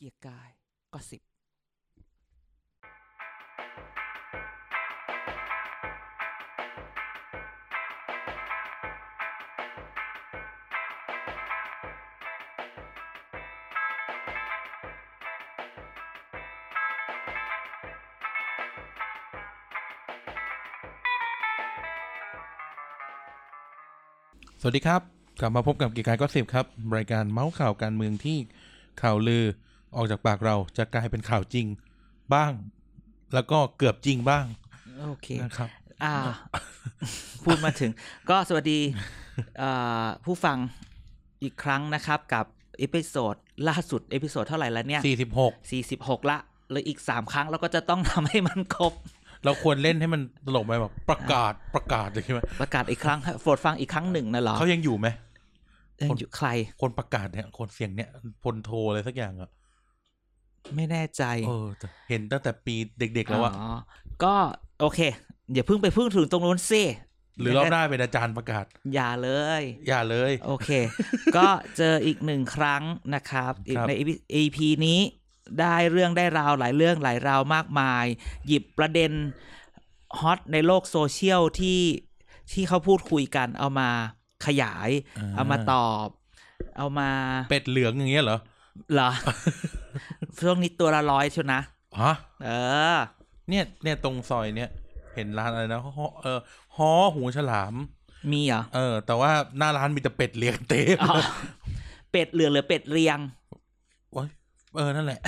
เกียร์กายก็10 สวัสดีครับกลับมาพบกับเกียร์กายก็10ครับรายการเมาส์ข่าวการเมืองที่ข่าวลือออกจากปากเราจะกลายเป็นข่าวจริงบ้างแล้วก็เกือบจริงบ้างโอเคนะครับพูดมาถึงก็สวัสดีผู้ฟังอีกครั้งนะครับกับเอพิโซดล่าสุดเอพิโซดเท่าไหร่แล้วเนี่ย46ละเลยอีก3ครั้งเราก็จะต้องทำให้มันครบเราควรเล่นให้มันตลกไหมแบบประกาศเลยใช่ไหมประกาศอีกครั้งโปรดฟังอีกครั้งหนึ่งนะเหรอเขายังอยู่ไหมยังอยู่ใครคนประกาศเนี่ยคนเสียงเนี่ยพลโทอะไรสักอย่างอ่ะไม่แน่ใจเห็นตั้งแต่ปีเด็กๆแล้วอ่ะก็โอเคอย่าเพิ่งไปพึ่งถึงตรงนู้นซิหรือรอบหน้าเป็นอาจารย์ประกาศอย่าเลยโอเคก็เจออีก1ครั้งนะครับใน EP นี้ได้เรื่องได้ราวหลายเรื่องหลายราวมากมายหยิบประเด็นฮอตในโลกโซเชียลที่เขาพูดคุยกันเอามาขยายเอามาตอบเอามาเป็ดเหลืองอย่างเงี้ยเหรอช่วงนี้ตัวละ100ชั่วนะฮะเนี่ยตรงซอยเนี่ยเห็นร้านอะไรนะฮอหูฉลามมีเหรอแต่ว่าหน้าร้านมีแต่เป็ดเลี้ยงเต็มเป็ดเหลืองหรือเป็ดเรียงนั่นแหละ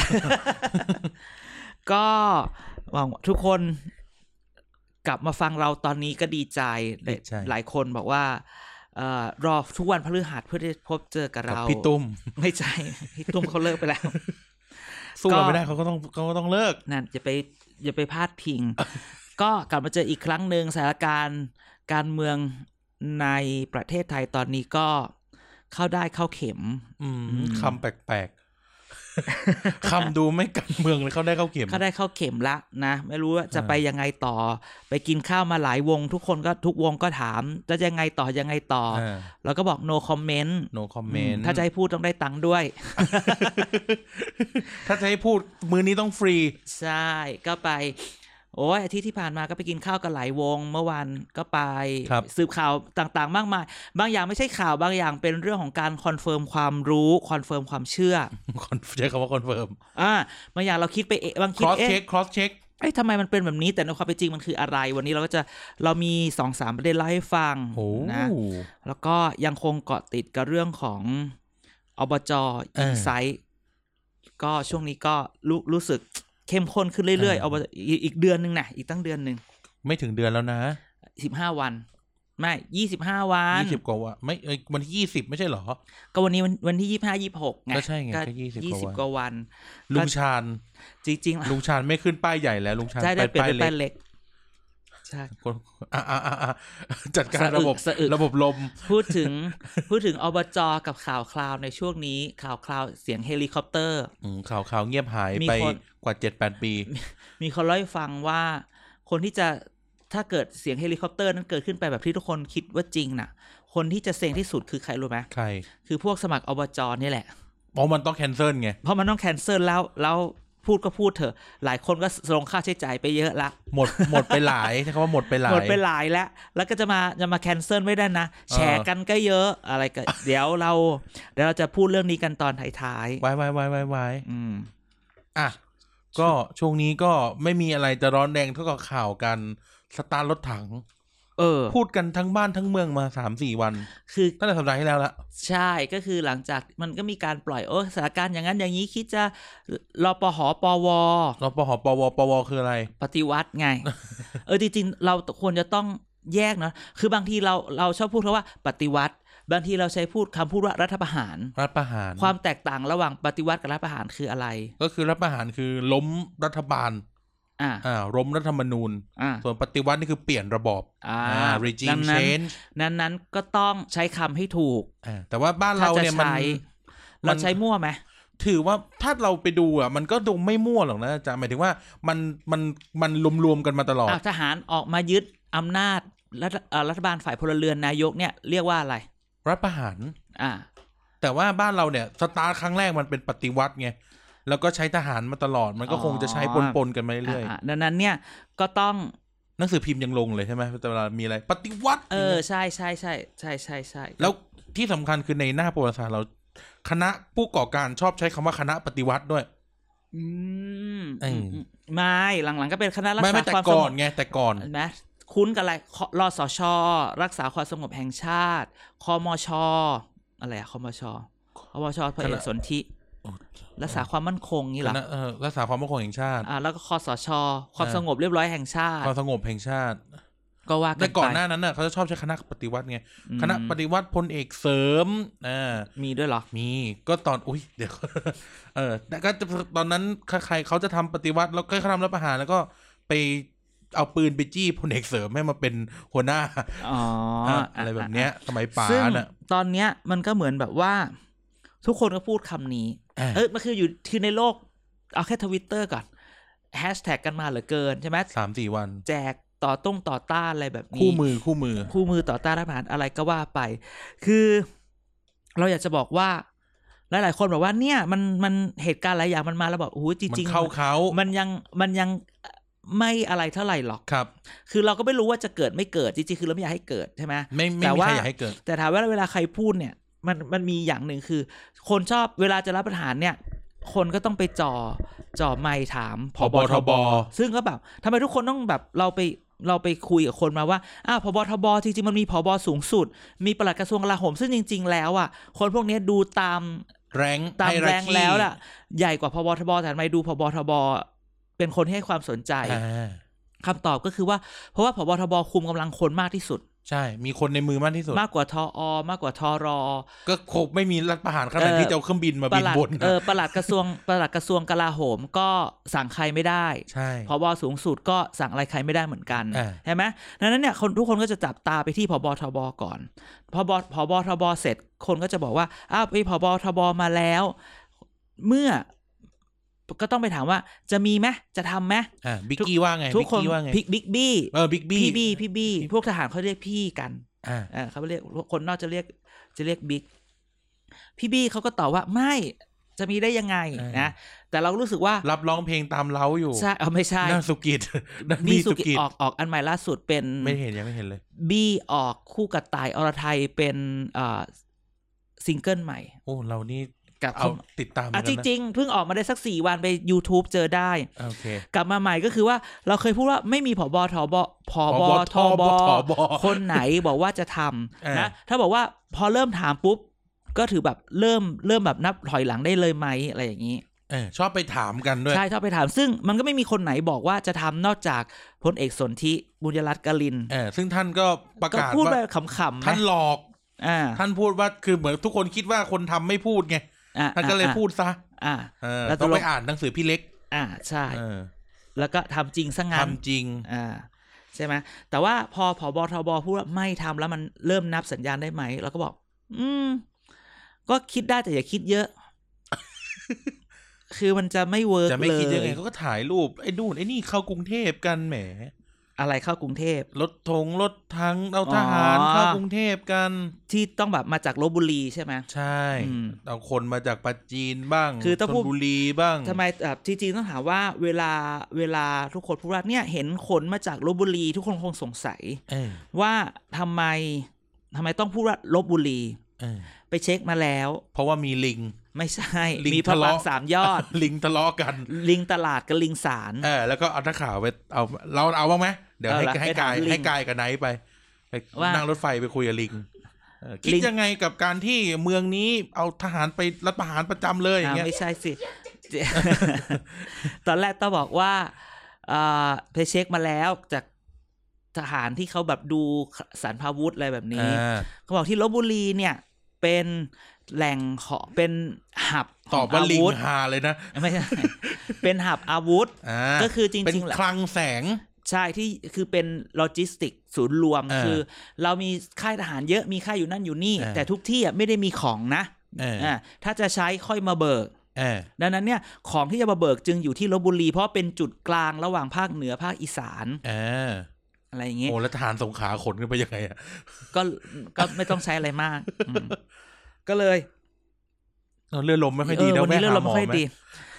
ก็หวังทุกคนกลับมาฟังเราตอนนี้ก็ดีใจหลายคนบอกว่ารอทุกวันพฤหัสเพื่อที่พบเจอกับเราพี่ตุ้มไม่ใช่พี่ตุ้มเขาเลิกไปแล้วสู้เราไม่ได้เขาก็ต้องเลิกนั่นอย่าไปพาดพิง ก็กลับมาเจออีกครั้งนึงสถานการณ์การเมืองในประเทศไทยตอนนี้ก็เข้าได้เข้าเข็มคำแปลกคำดูไม่การเมืองเลยเขาได้เข้าเข็มละนะไม่รู้ว่าจะไปยังไงต่อไปกินข้าวมาหลายวงทุกวงก็ถามจะยังไงต่อแล้วก็บอก no comment ถ้าจะให้พูดต้องได้ตังค์ด้วยถ้าจะให้พูดมื้อนี้ต้องฟรีใช่ก็ไปอาทิตย์ที่ผ่านมาก็ไปกินข้าวกันหลายวงเมื่อวานก็ไปสืบข่าวต่างๆมากมายบางอย่างไม่ใช่ข่าวบางอย่างเป็นเรื่องของการคอนเฟิร์มความรู้คอนเฟิร์มความเชื่อใช้คำว่าคอนเฟิร์มบางอย่างเราคิดไปบางคิด cross check ทำไมมันเป็นแบบนี้แต่ในความเป็นจริงมันคืออะไรวันนี้เรามี 2-3 ประเด็นเล่าให้ฟังนะแล้วก็ยังคงเกาะติดกับเรื่องของอบจ.อินไซต์ก็ช่วงนี้ก็รู้สึกเข้มข้นขึ้นเรื่อยๆเอาอีกเดือนนึงนะอีกตั้งเดือนนึงไม่ถึงเดือนแล้วนะ 15วันไม่25วัน 20กว่าวันไม่วันที่20ไม่ใช่เหรอก็วันนี้วันที่25 26ไงก็ใช่ไงแค่ 20กว่าวันลุงชาญจริงๆลุงชาญไม่ขึ้นป้ายใหญ่แล้วลุงชาญไปป้ายเล็กใช่จัดการระบบลมพูดถึงอบจ.กับข่าวคราวในช่วงนี้ข่าวคราวเสียงเฮลิคอปเตอร์ข่าวเงียบหายไปกว่า 7-8 ปีมีคนเล่าให้ฟังว่าคนที่จะถ้าเกิดเสียงเฮลิคอปเตอร์นั้นเกิดขึ้นไปแบบที่ทุกคนคิดว่าจริงน่ะคนที่จะเซ็งที่สุดคือใครรู้ไหมใครคือพวกสมัครอบจ.นี่แหละเพราะมันต้องแคนเซิลไงเพราะมันต้องแคนเซิลแล้วพูดก็พูดเถอะหลายคนก็ลงค่าใช้จ่ายไปเยอะละหมดไปหลายใช่คำว่าหมดไปหลายแล้วก็จะมาแคนเซิลไม่ได้นะแชร์กันก็เยอะอะไรก็เดี๋ยวเราจะพูดเรื่องนี้กันตอนท้ายๆไว้ก็ช่วงนี้ก็ไม่มีอะไรจะร้อนแรงเท่ากับข่าวกันสตาร์ทรถถังพูดกันทั้งบ้านทั้งเมืองมา 3-4 วันคือตั้งแต่สัปดาห์ที่แล้วละใช่ก็คือหลังจากมันก็มีการปล่อยสถานการณ์อย่างนั้นอย่างนี้คิดจะรปหปวคืออะไรปฏิวัติไง จริงๆเราควรจะต้องแยกนะคือบางทีเราชอบพูดว่าปฏิวัติบางทีเราใช้คำพูดว่ารัฐประหารความแตกต่างระหว่างปฏิวัติกับรัฐประหารคืออะไรก็คือรัฐประหารคือล้มรัฐบาลล้มรัฐธรรมนูญส่วนปฏิวัตินี่คือเปลี่ยนระบอบregime change นั้นก็ต้องใช้คำให้ถูกแต่ว่าบ้านเราเนี่ยเราใช้มั่วไหมถือว่าถ้าเราไปดูมันก็ดูไม่มั่วหรอกนะอาจารย์หมายถึงว่ามันรวมๆกันมาตลอดทหารออกมายึดอำนาจรัฐบาลฝ่ายพลเรือนนายกเนี่ยเรียกว่าอะไรรัฐประหารแต่ว่าบ้านเราเนี่ยสตาร์ทครั้งแรกมันเป็นปฏิวัติไงแล้วก็ใช้ทหารมาตลอดมันก็คงจะใช้ปนๆกันมาเรื่อยดังนั้นเนี่ยก็ต้องหนังสือพิมพ์ยังลงเลยใช่ไหมเวลามีอะไรปฏิวัติใช่ใช่ใช่ใช่ใช่ใช่แล้วที่สำคัญคือในหน้าประวัติศาสตร์เราคณะผู้ก่อการชอบใช้คำว่าคณะปฏิวัติด้วยไม่หลังๆก็เป็นคณะรักษาความสงบไงแต่ก่อนนะคุ้นกันอะไรรสช.รักษาความสงบแห่งชาติคมช.อะไรคมช.พลเอกสนธิรักษาความมั่นคงนี่หรอรักษาความมั่นคงแห่งชาติแล้วก็คสช.ความสงบเรียบร้อยแห่งชาติความสงบแห่งชาติก็ว่ากันไปแต่ก่อนหน้านั้นน่ะเขาจะชอบใช้คณะปฏิวัติไงคณะปฏิวัติพลเอกเสริมมีด้วยเหรอมีก็ตอนเดี๋ยวแต่ก็ตอนนั้นใครเขาจะทำปฏิวัติแล้วก็ทำรัฐประหารแล้วก็ไปเอาปืนไปจี้พลเอกเสริมให้มาเป็นหัวหน้าอะไรแบบเนี้ยสมัยป๋าน่ะตอนเนี้ยมันก็เหมือนแบบว่าทุกคนก็พูดคำนี้มันคือในโลกเอาแค่ Twitter ก่อนแฮชแท็กกันมาเหลือเกินใช่ไหม 3-4 วันแจกต่อต้านอะไรแบบนี้คู่มือต่อต้านรัฐประหารอะไรก็ว่าไปคือเราอยากจะบอกว่าหลายๆคนบอกว่าเนี่ยมันเหตุการณ์หลายอย่างมันมาแล้วบอกโอ้โหจริงๆมันยังไม่อะไรเท่าไหร่หรอกครับคือเราก็ไม่รู้ว่าจะเกิดไม่เกิดจริงๆคือเราไม่อยากให้เกิดใช่ไหมไม่มีใครอยากให้เกิดแต่ถามว่าเวลาใครพูดเนี่ยมันมีอย่างหนึ่งคือคนชอบเวลาจะรับประหารเนี่ยคนก็ต้องไปจ่อไมค์ถามผบ.ทบ.ซึ่งก็แบบทำไมทุกคนต้องแบบเราไปคุยกับคนมาว่าผบ.ทบ.จริงๆมันมีผบ.สูงสุดมีปลัดกระทรวงกลาโหมซึ่งจริงๆแล้วคนพวกนี้ดูตามแรงแล้วล่ะใหญ่กว่าผบ.ทบ.แต่ทำไมดูผบ.ทบ.เป็นคนให้ความสนใจคำตอบก็คือว่าเพราะว่าผบ.ทบ.คุมกำลังคนมากที่สุดใช่มีคนในมือมากที่สุดมากกว่าทอ.มากกว่าทร. ก็คงไม่มีรัฐประหารขนาดที่จะเอาเครื่องบินมาบินบนปลัดกระทรวงกลาโหมก็สั่งใครไม่ได้ใช่ผบ.สูงสุดก็สั่งอะไรใครไม่ได้เหมือนกันใช่ไหมดังนั้นเนี่ยทุกคนก็จะจับตาไปที่ผบ.ทบ.ก่อนผบ.ทบ.เสร็จคนก็จะบอกว่าไปผบ.ทบ.มาแล้วเมื่อก็ต้องไปถามว่าจะมีไหมจะทำไหมบิ๊กกี้ว่าไงทุกคนบิ๊กบี้บิ๊กบี้พี่บี้พวกทหารเขาเรียกพี่กันเขาเรียกคนนอกจะเรียกบิ๊กพี่บี้เขาก็ตอบว่าไม่จะมีได้ยังไงนะแต่เรารู้สึกว่ารับร้องเพลงตามเล้าอยู่ใช่ไม่ใช่น่าสุกิจบี้สุกิจออกอันใหม่ล่าสุดเป็นไม่เห็นยังไม่เห็นเลยบี้ออกคู่กับต่ายอรไทยเป็นซิงเกิลใหม่โอ้เรานี่เอาติดตามจริงๆเพิ่งออกมาได้สัก4 วันไป YouTube เจอได้กลับมาใหม่ก็คือว่าเราเคยพูดว่าไม่มีผบ.ทบ.คนไหนบอกว่าจะทำนะถ้าบอกว่าพอเริ่มถามปุ๊บก็ถือแบบเริ่มแบบนับถอยหลังได้เลยไหมอะไรอย่างนี้ชอบไปถามกันด้วยใช่ชอบไปถามซึ่งมันก็ไม่มีคนไหนบอกว่าจะทำนอกจากพลเอกสนธิบุญยรัตน์กลินซึ่งท่านก็ประกาศพูดไปขำๆท่านหลอกท่านพูดว่าคือเหมือนทุกคนคิดว่าคนทำไม่พูดไงท่านก็เลยพูดซะแล้วต้องไปอ่านหนังสือพี่เล็กใช่แล้วก็ทำจริงซะงั้นทำจริงใช่ไหมแต่ว่าพอผบ.ทบ.พูดว่าไม่ทำแล้วมันเริ่มนับสัญญาณได้ไหมเราก็บอกก็คิดได้แต่อย่าคิดเยอะ คือมันจะไม่เวิร์กเลยจะไม่คิดยังไงเขาก็ถ่ายรูปไอ้นู่นไอ้นี่เข้ากรุงเทพกันแหมอะไรเข้ากรุงเทพรถถังเอาทหารเข้ากรุงเทพกันที่ต้องแบบมาจากลพบุรีใช่ไหมใช่เอาคนมาจากปัจจีนบ้างคือต้องพูดบุรีบ้างทำไมที่จริงต้องถามว่าเวลาทุกคนพูดว่าเนี่ยเห็นคนมาจากลพบุรีทุกคนคงสงสัยว่าทำไมต้องพูดว่าลพบุรีไปเช็คมาแล้วเพราะว่ามีลิงไม่ใช่มีพระปราง3 ยอดลิงทะเลาะกันลิงตลาดกับลิงศาลแล้วก็เอานักข่าวไปเราเอาบ้างไหมเดี๋ยวให้กายกับไนท์ไปนั่งรถไฟไปคุยกับลิงคิดยังไงกับการที่เมืองนี้เอาทหารไปรัฐประหารประจำเลยอย่างเงี้ยไม่ใช่สิ ตอนแรกต้องบอกว่าไปเช็คมาแล้วจากทหารที่เขาแบบดูสารพาวุธอะไรแบบนี้เขาบอกที่ลพบุรีเนี่ยเป็นแหล่งเป็นหับตอบว่าลิงฮาเลยนะไม่ใช่เป็นหับอาวุธก็คือจริงๆเป็นคลังแสงใช่ที่คือเป็นโลจิสติกศูนย์รวมคือเรามีค่ายทหารเยอะมีค่ายอยู่นั่นอยู่นี่แต่ทุกที่ไม่ได้มีของนะถ้าจะใช้ค่อยมาเบิกดังนั้นเนี่ยของที่จะมาเบิกจึงอยู่ที่ลพบุรีเพราะเป็นจุดกลางระหว่างภาคเหนือภาคอีสานอะไรอย่างเงี้ยโอ้แล้วทหารสงขลาขนกันไปยังไงก็ไม่ต้องใช้อะไรมากก็เลยเรือลมไม่ค่อยดีนะวันนี้เรือลมไม่ค่อยดี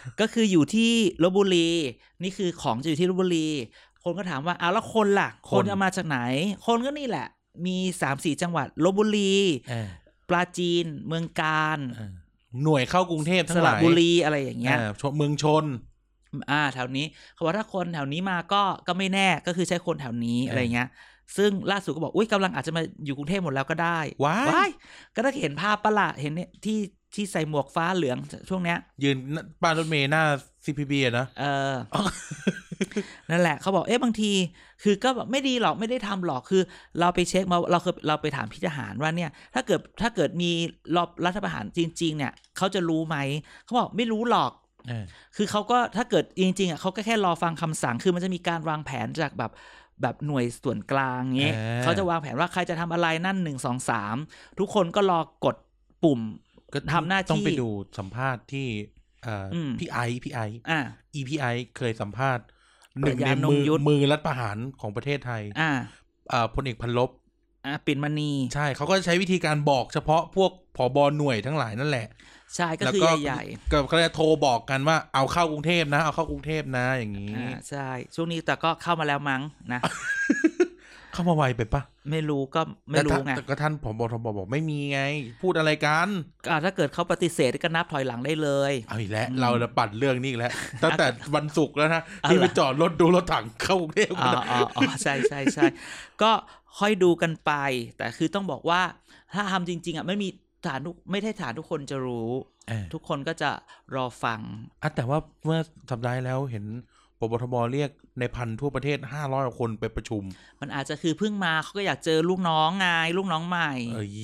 ก็คืออยู่ที่ลพบุรีนี่คือของจะอยู่ที่ลพบุรีคนก็ถามว่าแล้วคนล่ะคนจะมาจากไหนคนก็นี่แหละมี 3-4 จังหวัดลพบุรีปราจีนเมืองกาญหน่วยเข้ากรุงเทพทั้งหลายสระบุรีอะไรอย่างเงี้ยเมืองชนแถวนี้เขาบอกถ้าคนแถวนี้มาก็ไม่แน่ก็คือใช้คนแถวนี้อะไรเงี้ยซึ่งล่าสุดก็บอกอุ้ยกำลังอาจจะมาอยู่กรุงเทพหมดแล้วก็ได้ว้ายก็ได้เห็นภาพปะล่ะเห็นเนี่ยที่ใส่หมวกฟ้าเหลืองช่วงเนี้ยยืนป้ายรถเมล์หน้า CPB นะนั่นแหละเขาบอกบางทีคือก็แบบไม่ดีหรอกไม่ได้ทำหรอกคือเราไปเช็คมาเราไปถามพี่ทหารว่าเนี่ยถ้าเกิดมีรอบรัฐประหารจริงๆเนี่ยเขาจะรู้ไหมเขาบอกไม่รู้หรอกคือเขาก็ถ้าเกิดจริงๆเขาก็แค่รอฟังคำสั่งคือมันจะมีการวางแผนจากแบบหน่วยส่วนกลางเงี้ยเขาจะวางแผนว่าใครจะทำอะไรนั่น1 2 3ทุกคนก็รอกดปุ่มทำหน้าที่ต้องไปดูสัมภาษณ์ที่พี่ไอEPI เคยสัมภาษณ์หนึ่งในมือรัฐประหารของประเทศไทยพลเอกพันลบปิ่นมณีใช่เขาก็ใช้วิธีการบอกเฉพาะพวกผบ.หน่วยทั้งหลายนั่นแหละใช่ก็คือใหญ่ๆก็เขาจะโทรบอกกันว่าเอาเข้ากรุงเทพนะเอาเข้ากรุงเทพนะอย่างนี้ใช่ช่วงนี้แต่ก็เข้ามาแล้วมั้งนะเข้ามาไวไปปะไม่รู้ก็ไม่รู้ไงแต่ก็ท่านผบ.ทบ.บอกไม่มีไงพูดอะไรกันถ้าเกิดเขาปฏิเสธก็นับถอยหลังได้เลยเอาอีกแล้วเราจะปัดเรื่องนี้อีกแล้วตั้งแต่วันศุกร์แล้วนะที่ไปจอดรถดูรถถังเข้ากรุงเทพใช่ก็ค่อยดูกันไปแต่คือต้องบอกว่าถ้าทำจริงๆไม่มีไม่ได้ฐานทุกคนจะรู้ทุกคนก็จะรอฟังแต่ว่าเมื่อสัปดาห์แล้วเห็นปปทบเรียกในพันทั่วประเทศ500 กว่าคนไปประชุมมันอาจจะคือเพิ่งมาเขาก็อยากเจอลูกน้องไงลูกน้องใหม่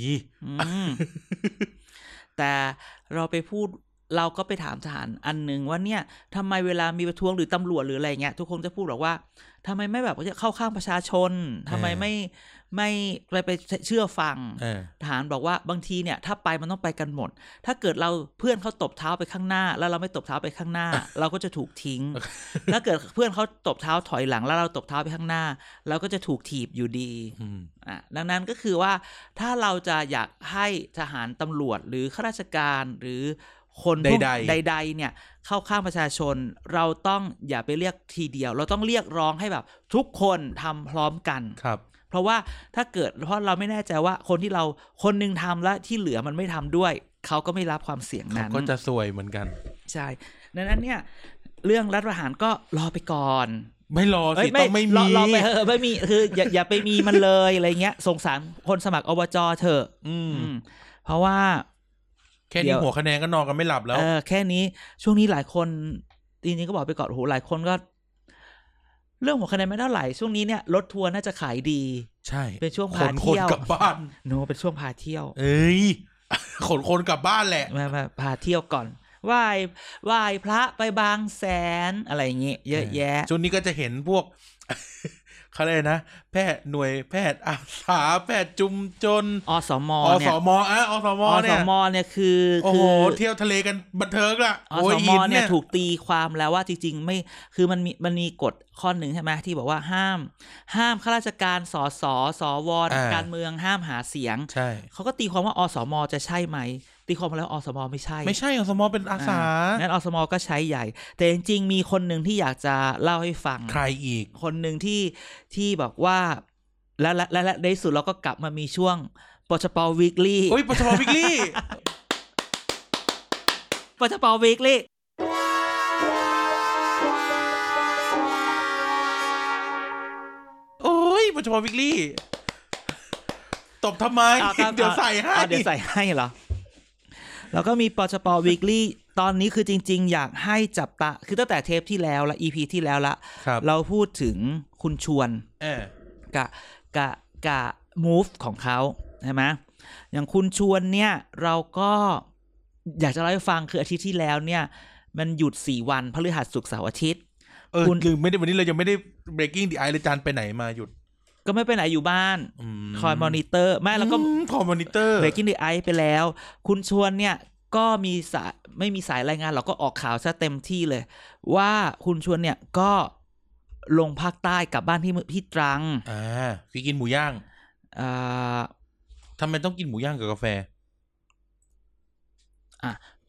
แต่เราไปพูดเราก็ไปถามทหารอันนึงว่าเนี่ยทำไมเวลามีประท้วงหรือตำรวจหรืออะไรเงี้ยทุกคนจะพูดบอกว่าทำไมไม่แบบเข้าข้างประชาชนทำไมไม่ไปเชื่อฟังทหารบอกว่าบางทีเนี่ยถ้าไปมันต้องไปกันหมดถ้าเกิดเราเพื่อนเขาตบเท้าไปข้างหน้าแล้วเราไม่ตบเท้าไปข้างหน้า เราก็จะถูกทิ้ง ถ้าเกิดเพื่อนเขาตบเท้าถอยหลังแล้วเราตบเท้าไปข้างหน้าเราก็จะถูกถีบอยู่ดีดังนั้นก็คือว่าถ้าเราจะอยากให้ทหารตำรวจหรือข้าราชการหรือคนใดๆเนี่ยเข้าข้างประชาชนเราต้องอย่าไปเรียกทีเดียวเราต้องเรียกร้องให้แบบทุกคนทำพร้อมกันครับเพราะว่าถ้าเกิดเพราะเราไม่แน่ใจว่าคนนึงทำแล้วที่เหลือมันไม่ทำด้วยเขาก็ไม่รับความเสี่ยงนั้นเขาก็จะซวยเหมือนกันใช่ดังนั้นเนี่ยเรื่องรัฐประหารก็รอไปก่อนไม่รอสิต้องไม่มีรอไปไม่มีคืออย่าไปมีมันเลยอะไรเงี้ยสงสารคนสมัครอบจ.เถอะเพราะว่าแค่นี้หัวคะแนนก็นอนกันไม่หลับแล้วแค่นี้ช่วงนี้หลายคนจริงๆก็บอกไปก่อนโอ้โหหลายคนก็เรื่องหัวคะแนนไม่เท่าไหร่ช่วงนี้เนี่ยรถทัวร์น่าจะขายดีใช่เป็นช่วงพาเที่ยวกลับบ้านเป็นช่วงพาเที่ยวขนคนกลับบ้านแหละมาพาเที่ยวก่อนไหว้พระไปบางแสนอะไรอย่างเงี้ยเยอะแยะช่วงนี้ก็จะเห็นพวกเขาเลยนะแพทย์หน่วยแพทย์อาสาแพทย์จุมจนอสมเนี่ยอสมเนี่ยคือโอ้โหเที่ยวทะเลกันบันเทิงละอสมเนี่ยถูกตีความแล้วว่าจริงๆไม่คือมันมีกฎข้อหนึ่งใช่ไหมที่บอกว่าห้ามข้าราชการสสวการเมืองห้ามหาเสียงใช่เขาก็ตีความว่าอสมจะใช่ไหมตีความมาแล้วอสมไม่ใช่อสมเป็นอาสางั้นอสมก็ใช้ใหญ่แต่จริงๆมีคนหนึ่งที่อยากจะเล่าให้ฟังใครอีกคนหนึ่งที่บอกว่าและในสุดเราก็กลับมามีช่วงปชปวีคลี่โอ้ยปชปวีคลี่ปชปวีคลี่โอ้ยปชปวีคลี่ตบทำไมเดี๋ยวใส่ให้เหรอแล้วก็มีปชปวีคลี่ตอนนี้คือจริงๆอยากให้จับตาคือตั้งแต่เทปที่แล้วละ EP ที่แล้วละเราพูดถึงคุณชวนกะ move ของเขาใช่ไหมอย่างคุณชวนเนี่ยเราก็อยากจะเล่าให้ฟังคืออาทิตย์ที่แล้วเนี่ยมันหยุด4 วันพฤหัสศุกร์เสาร์อาทิตย์คือไม่ได้วันนี้เรายังไม่ได้ breaking the ice เลยจานไปไหนมาหยุดก็ไม่ไปไหนอยู่บ้านคอยมอนิเตอร์ไม่แล้วก็คอยมอนิเตอร์ breaking the ice ไปแล้วคุณชวนเนี่ยก็ไม่มีสายรายงานเราก็ออกข่าวซะเต็มที่เลยว่าคุณชวนเนี่ยก็ลงภาคใต้กลับบ้านที่ตรังคือกินหมูย่างทำไมต้องกินหมูย่างกับกาแฟ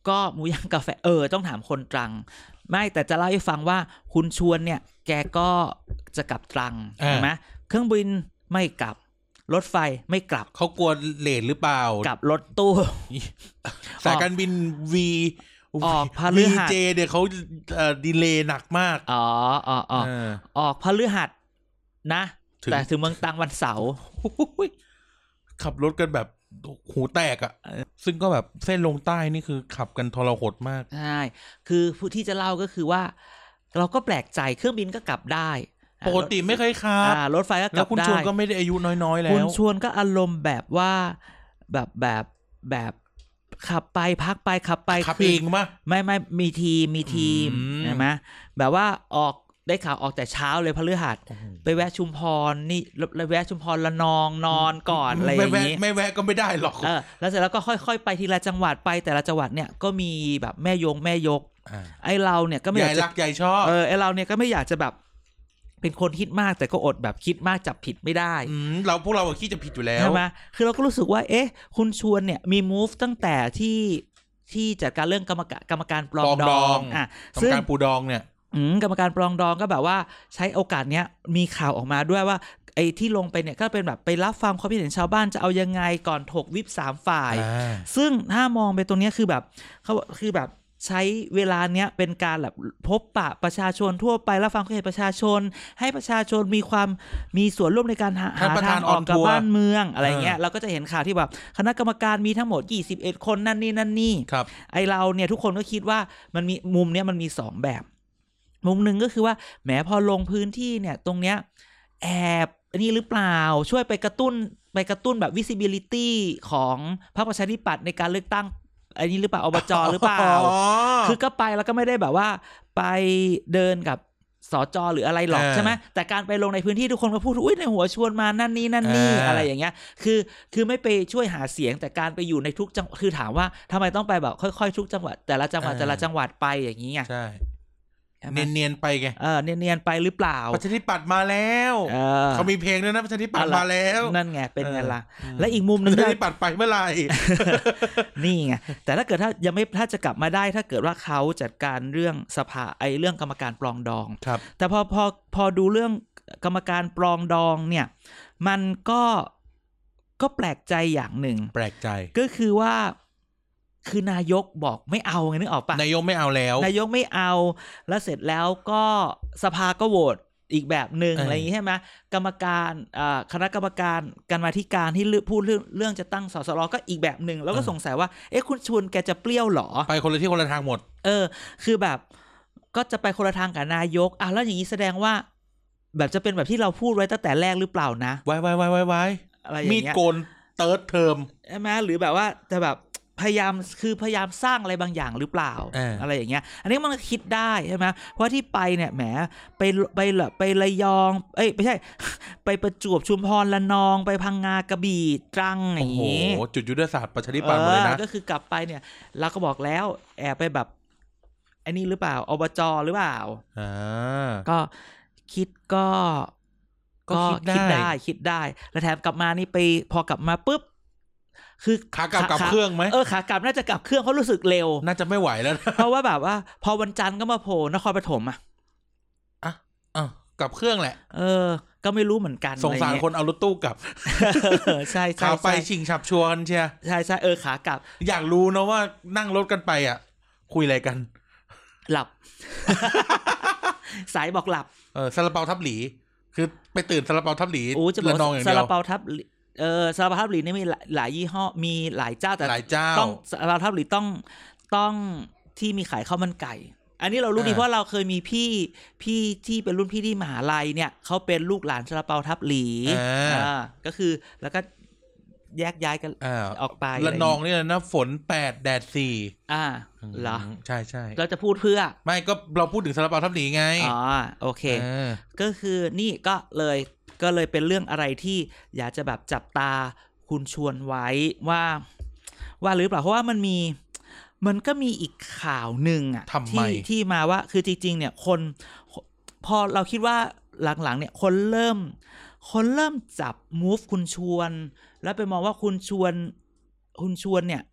ก็หมูย่างกาแฟต้องถามคนตรังไม่แต่จะเล่าให้ฟังว่าคุณชวนเนี่ยแกก็จะกลับตรังใช่ไหมเครื่องบินไม่กลับรถไฟไม่กลับเขากลัวเลทหรือเปล่ากลับรถตู้สายการบินออกพฤหัสเนี่ยเขาดีเลย์หนักมากออกพฤหัสนะแต่ถึงเมืองตรังวันเสาร์ขับรถกันแบบหูแตกอ่ะซึ่งก็แบบเส้นลงใต้นี่คือขับกันทรหดมากใช่คือผู้ที่จะเล่าก็คือว่าเราก็แปลกใจเครื่องบินก็กลับได้ปกติไม่เคยขับรถไฟก็กลับได้แล้วคุณชวนก็ไม่ได้อายุน้อยๆแล้วคุณชวนก็อารมณ์แบบว่าแบบขับไปพักไปขับไปขับเองมั้ยไม่มีทีมใช่ไหมแบบว่าออกได้ข่าวออกแต่เช้าเลยพฤหัสไปแวะชุมพรนี่แวะชุมพรละนองนอนก่อนอะไรอย่างงี้ไม่แวะก็ไม่ได้หรอกแล้วเสร็จแล้วก็ค่อยๆไปทีละจังหวัดไปแต่ละจังหวัดเนี่ยก็มีแบบแม่ยกไอเราเนี่ยก็ไม่อยากจะใหญ่ชอบไอเราเนี่ยก็ไม่อยากจะแบบเป็นคนคิดมากแต่ก็อดแบบคิดมากจับผิดไม่ได้พวกเราคิดจะผิดอยู่แล้วใช่ไหมคือเราก็รู้สึกว่าคุณชวนเนี่ยมี move ตั้งแต่ที่จัดการเรื่องกรรมการปลองดองกรรมการปูดองเนี่ยกรรมการปลองดองก็แบบว่าใช้โอกาสเนี้ยมีข่าวออกมาด้วยว่าไอ้ที่ลงไปเนี่ยก็เป็นแบบไปรับฟังความคิดเห็นชาวบ้านจะเอายังไงก่อนถกวิป3ฝ่ายซึ่งถ้ามองไปตรงนี้คือแบบเขาคือแบบใช้เวลาเนี้ยเป็นการแบบพบปะประชาชนทั่วไปรับฟังความเห็นประชาชนให้ประชาชนมีส่วนร่วมในการหาทางออกกับบ้านเมืองอะไรเงี้ยเราก็จะเห็นข่าวที่แบบคณะกรรมการมีทั้งหมด21คนนั่นนี่ไอเราเนี่ยทุกคนก็คิดว่ามันมีมุมเนี้ยมันมี2แบบมุมหนึ่งก็คือว่าแหมพอลงพื้นที่เนี่ยตรงเนี้ยแอบอันนี้หรือเปล่าช่วยไปกระตุ้นแบบ visibility ของพรรคประชาธิปัตย์ในการเลือกตั้งอันนี้หรือเปล่าอบจหรือเปล่าคือก็ไปแล้วก็ไม่ได้แบบว่าไปเดินกับสจหรืออะไรหรอกใช่ไหมแต่การไปลงในพื้นที่ทุกคนก็พูดอุ้ยในหัวชวนมานั่นนี่อะไรอย่างเงี้ยคือไม่ไปช่วยหาเสียงแต่การไปอยู่ในทุกจังคือถามว่าทำไมต้องไปแบบค่อยๆทุกจังหวัดแต่ละจังหวัดไปอย่างนี้ไงใช่เนียนไปไงเนียนไปหรือเปล่าประชาธิปัตย์มาแล้วเขามีเพลงด้วยนะประชาธิปัตย์มาแล้วนั่นไงเป็นไงล่ะและอีกมุมนึงประชาธิปัตย์ไปเมื่อไหร่นี่ไงแต่ถ้าเกิดถ้าจะกลับมาได้ถ้าเกิดว่าเขาจัดการเรื่องสภาเรื่องกรรมการปรองดองแต่พอดูเรื่องกรรมการปรองดองเนี่ยมันก็แปลกใจอย่างหนึ่งแปลกใจก็คือว่าคือนายกบอกไม่เอาไงนึกออกปะนายกไม่เอาแล้วนายกไม่เอาแล้วเสร็จแล้วก็สภาก็โหวตอีกแบบนึง อะไรอย่างงี้ใช่ไหมกรรมการคณะกรรมการกรรมาธิการที่พูดเรื่องจะตั้งสสรก็อีกแบบนึงแล้วก็สงสัยว่าคุณชวนแกจะเปรี้ยวหรอไปคนละที่คนละทางหมดคือแบบก็จะไปคนละทางกับนายกแล้วอย่างนี้แสดงว่าแบบจะเป็นแบบที่เราพูดไว้ตั้งแต่แรกหรือเปล่านะไว้อะไรอย่างเงี้ยมีดโกนเติร์ดเทอมใช่ไหมหรือแบบว่าจะแบบพยายามสร้างอะไรบางอย่างหรือเปล่าอะไรอย่างเงี้ยอันนี้มันคิดได้ใช่ไหมเพราะที่ไปเนี่ยแหมไประยองไม่ใช่ไปประจวบชุมพรละนองไปพังงากระบี่ตรังอย่างงี้โอ้โหจุดยุทธศาสตร์ประชาธิปัตย์เลยนะก็คือกลับไปเนี่ยเราก็บอกแล้วแอบไปแบบอันนี้หรือเปล่าอบจหรือเปล่าก็คิดได้แล้วแถมกลับมานี่ไปพอกลับมาปุ๊บคือขากลับเครื่องไหมขากลับน่าจะกลับเครื่องเพราะรู้สึกเร็วน่าจะไม่ไหวแล้วเพราะว่าแบบว่าพอวันจันทร์ก็มาโผล่นครปฐมกลับเครื่องแหละก็ไม่รู้เหมือนกันสงสารคนเอารถตู้กลับใช่ขาไปชิงฉับชวนเชียใช่ขากลับอยากรู้นะว่านั่งรถกันไปคุยอะไรกันหลับสายบอกหลับซาลาเปาทับหลีคือไปตื่นซาลาเปาทับหลีละนองอย่างเดียวซาลาเปาทับซาลาเปาทับหลีนี่มีหลายยี่ห้อมีหลายเจ้าแต่ต้องซาลาเปาทับหลีต้องที่มีขายข้าวมันไก่อันนี้เรารู้ดีเพราะเราเคยมีพี่ที่เป็นรุ่นพี่ที่มหาลัยเนี่ยเขาเป็นลูกหลานซาลาเปาทับหลีก็คือแล้วก็แยกย้ายกันออกไปละนองนี่นะฝน8แดด4 เหรอใช่เราจะพูดเพื่อไม่ก็เราพูดถึงซาลาเปาทับหลีไงโอเคก็คือนี่ก็เลยเป็นเรื่องอะไรที่อยากจะแบบจับตาคุณชวนไว้ว่าหรือเปล่าเพราะว่ามันก็มีอีกข่าวหนึ่งที่มาว่าคือจริงๆเนี่ยคนพอเราคิดว่าหลังๆเนี่ยคนเริ่มจับ move คุณชวนแล้วไปมองว่าคุณชวนเนี่ย